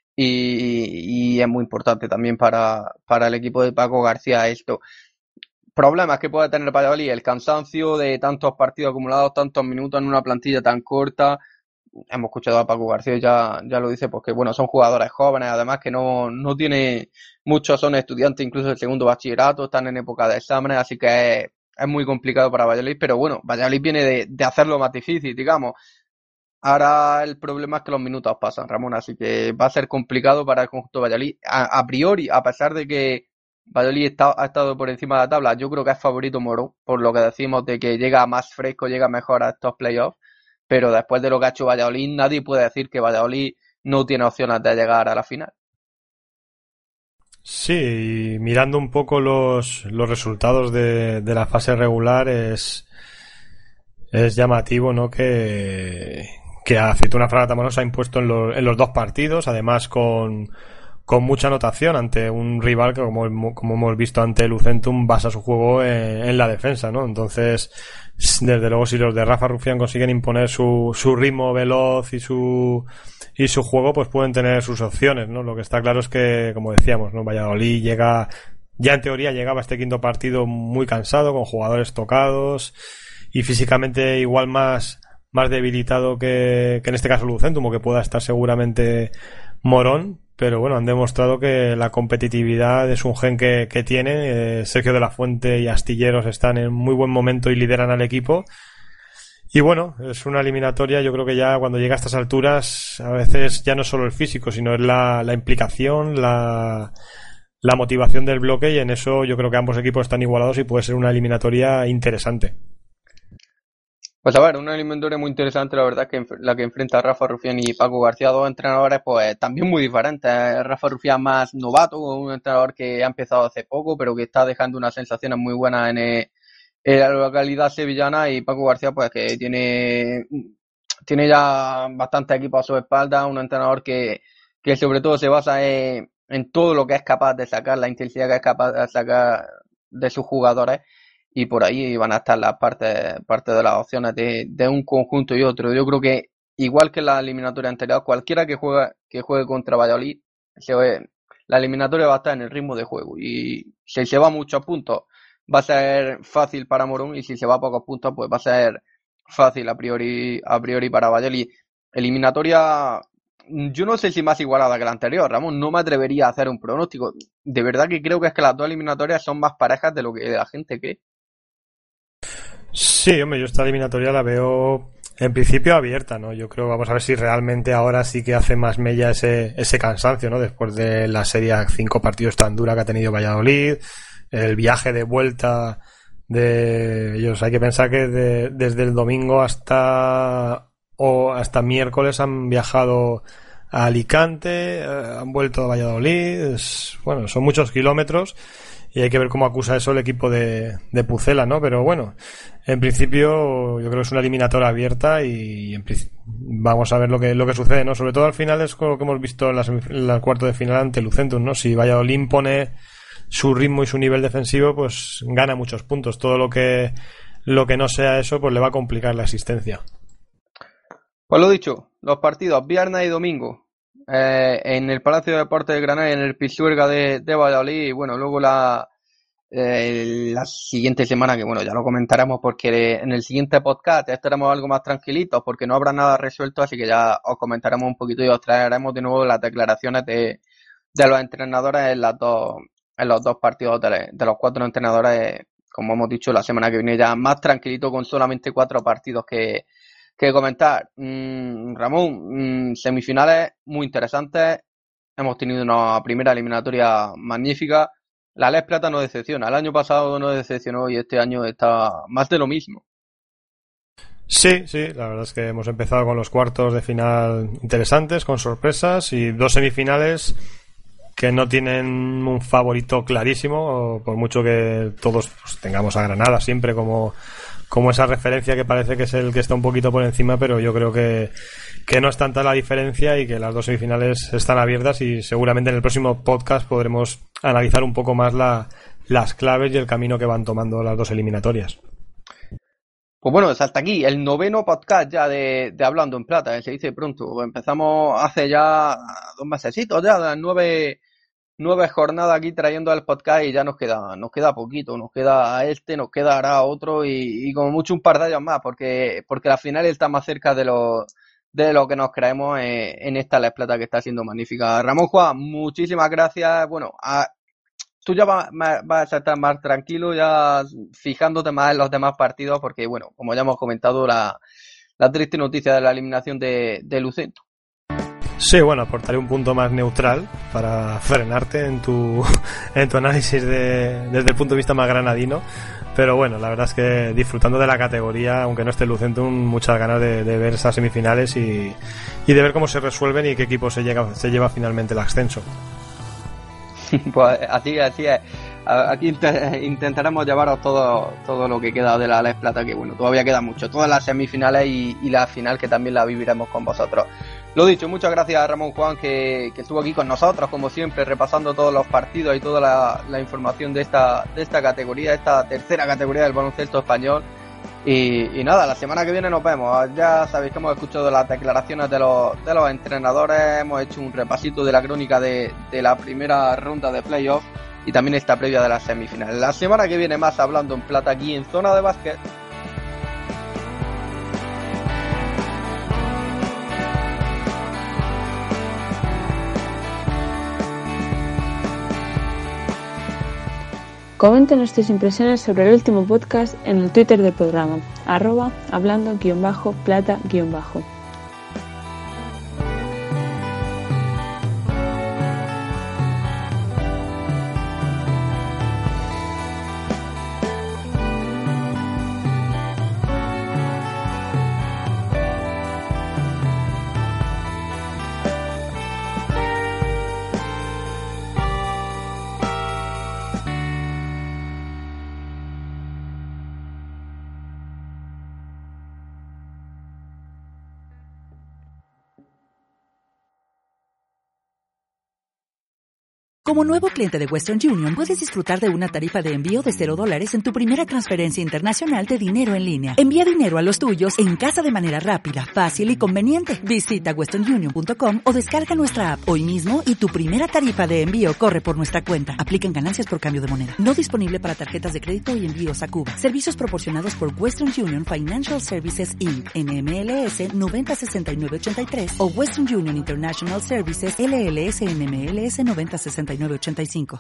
y, y es muy importante también para, para el equipo de Paco García esto. Problemas que puede tener Valladolid: el cansancio de tantos partidos acumulados, tantos minutos en una plantilla tan corta. Hemos escuchado a Paco García, ya, ya lo dice, porque bueno, son jugadores jóvenes, además que no, no tiene, muchos son estudiantes incluso del segundo bachillerato, están en época de exámenes, así que es, es muy complicado para Valladolid, pero bueno, Valladolid viene de, de hacerlo más difícil, digamos. Ahora el problema es que los minutos pasan, Ramón, así que va a ser complicado para el conjunto de Valladolid. A, a priori, a pesar de que Valladolid está, ha estado por encima de la tabla, yo creo que es favorito Morón, por lo que decimos de que llega más fresco, llega mejor a estos playoffs, pero después de lo que ha hecho Valladolid, nadie puede decir que Valladolid no tiene opciones de llegar a la final. Sí, y mirando un poco los, los resultados de, de la fase regular, es, es llamativo, ¿no?, que, que Aceituna Fragata Morón se ha impuesto en, lo, en los dos partidos, además con, con mucha anotación ante un rival que, como, como hemos visto ante Lucentum, basa su juego en, en la defensa, ¿no? Entonces, desde luego, si los de Rafa Rufián consiguen imponer su, su ritmo veloz y su y su juego, pues pueden tener sus opciones, ¿no? Lo que está claro es que, como decíamos, ¿no?, Valladolid llega, ya en teoría llegaba a este quinto partido muy cansado, con jugadores tocados y físicamente igual más, más debilitado que, que en este caso Lucentum, o que pueda estar seguramente Morón, pero bueno, han demostrado que la competitividad es un gen que, que tiene. Eh, Sergio de la Fuente y Astilleros están en muy buen momento y lideran al equipo. Y bueno, es una eliminatoria, yo creo que ya cuando llega a estas alturas, a veces ya no es solo el físico, sino es la, la implicación, la, la motivación del bloque, y en eso yo creo que ambos equipos están igualados y puede ser una eliminatoria interesante. Pues a ver, una eliminatoria muy interesante, la verdad, que la que enfrenta a Rafa Rufián y Paco García, dos entrenadores pues también muy diferentes. Rafa Rufián más novato, un entrenador que ha empezado hace poco, pero que está dejando unas sensaciones muy buenas en, el, en la localidad sevillana, y Paco García pues que tiene, tiene ya bastante equipo a su espalda, un entrenador que, que sobre todo se basa en, en todo lo que es capaz de sacar, la intensidad que es capaz de sacar de sus jugadores. Y por ahí van a estar las partes, partes de las opciones de, de un conjunto y otro. Yo creo que, igual que en la eliminatoria anterior, cualquiera que juegue, que juegue contra Valladolid, se ve, la eliminatoria va a estar en el ritmo de juego. Y si se va a muchos puntos, va a ser fácil para Morón, y si se va a pocos puntos, pues va a ser fácil a priori, a priori para Valladolid. Eliminatoria, yo no sé si más igualada que la anterior, Ramón, no me atrevería a hacer un pronóstico. De verdad que creo que es que las dos eliminatorias son más parejas de lo que la gente cree. Sí, hombre, yo esta eliminatoria la veo en principio abierta, ¿no? Yo creo, vamos a ver si realmente ahora sí que hace más mella ese, ese cansancio, ¿no? Después de la serie a cinco partidos tan dura que ha tenido Valladolid, el viaje de vuelta de ellos. Hay que pensar que de, desde el domingo hasta, o hasta miércoles han viajado a Alicante, eh, han vuelto a Valladolid, es, bueno, son muchos kilómetros. Y hay que ver cómo acusa eso el equipo de, de Pucela, ¿no? Pero bueno, en principio yo creo que es una eliminatoria abierta y en vamos a ver lo que lo que sucede, ¿no? Sobre todo al final es lo que hemos visto en la, en la cuarto de final ante Lucentum, ¿no? Si Valladolid pone su ritmo y su nivel defensivo, pues gana muchos puntos. Todo lo que lo que no sea eso, pues le va a complicar la asistencia. Pues lo dicho, los partidos viernes y domingo. Eh, en el Palacio de Deportes de Granada y en el Pisuerga de, de Valladolid, y bueno, luego la eh, la siguiente semana, que bueno, ya lo comentaremos porque en el siguiente podcast ya estaremos algo más tranquilitos porque no habrá nada resuelto, así que ya os comentaremos un poquito y os traeremos de nuevo las declaraciones de, de los entrenadores en las dos, en los dos partidos de, de los cuatro entrenadores, como hemos dicho, la semana que viene ya más tranquilito con solamente cuatro partidos que que comentar. Mm, Ramón, mm, semifinales muy interesantes, hemos tenido una primera eliminatoria magnífica. La Les Plata no decepciona, el año pasado no decepcionó y este año está más de lo mismo. Sí, sí, la verdad es que hemos empezado con los cuartos de final interesantes, con sorpresas, y dos semifinales que no tienen un favorito clarísimo, por mucho que todos pues, tengamos a Granada siempre como como esa referencia que parece que es el que está un poquito por encima, pero yo creo que, que no es tanta la diferencia y que las dos semifinales están abiertas, y seguramente en el próximo podcast podremos analizar un poco más la, las claves y el camino que van tomando las dos eliminatorias. Pues bueno, hasta aquí el noveno podcast ya de, de Hablando en Plata, se dice pronto. Empezamos hace ya dos mesecitos ya, las nueve... Nueve jornadas aquí trayendo el podcast y ya nos queda nos queda poquito, nos queda este, nos quedará otro y, y como mucho un par de años más, porque porque la final está más cerca de lo de lo que nos creemos en, en esta Les Plata que está siendo magnífica. Ramón Juan, muchísimas gracias. Bueno, a, tú ya vas, vas a estar más tranquilo, ya fijándote más en los demás partidos, porque bueno, como ya hemos comentado, la, la triste noticia de la eliminación de, de Lucentum. Sí, bueno, aportaré un punto más neutral para frenarte en tu en tu análisis de, desde el punto de vista más granadino, pero bueno, la verdad es que disfrutando de la categoría, aunque no esté Lucentum, muchas ganas de, de ver esas semifinales y, y de ver cómo se resuelven y qué equipo se, llega, se lleva finalmente el ascenso. Pues así, así es. Aquí int- intentaremos llevaros todo todo lo que queda de la Les Plata, que bueno, todavía queda mucho, todas las semifinales y, y la final, que también la viviremos con vosotros. Lo dicho, muchas gracias a Ramón Juan que, que estuvo aquí con nosotros, como siempre, repasando todos los partidos y toda la, la información de esta de esta categoría, esta tercera categoría del baloncesto español. Y, y nada, la semana que viene nos vemos. Ya sabéis que hemos escuchado las declaraciones de los de los entrenadores, hemos hecho un repasito de la crónica de, de la primera ronda de playoff y también esta previa de las semifinales. La semana que viene más Hablando en Plata aquí en Zona de Básquet. Coméntenos tus impresiones sobre el último podcast en el Twitter del programa, arroba hablando guión bajo plata guión bajo. Como nuevo cliente de Western Union, puedes disfrutar de una tarifa de envío de cero dólares en tu primera transferencia internacional de dinero en línea. Envía dinero a los tuyos en casa de manera rápida, fácil y conveniente. Visita western union punto com o descarga nuestra app hoy mismo y tu primera tarifa de envío corre por nuestra cuenta. Aplican ganancias por cambio de moneda. No disponible para tarjetas de crédito y envíos a Cuba. Servicios proporcionados por Western Union Financial Services incorporated. N M L S noventa sesenta y nueve ochenta y tres o Western Union International Services L L S N M L S noventa sesenta y nueve ochenta y cinco.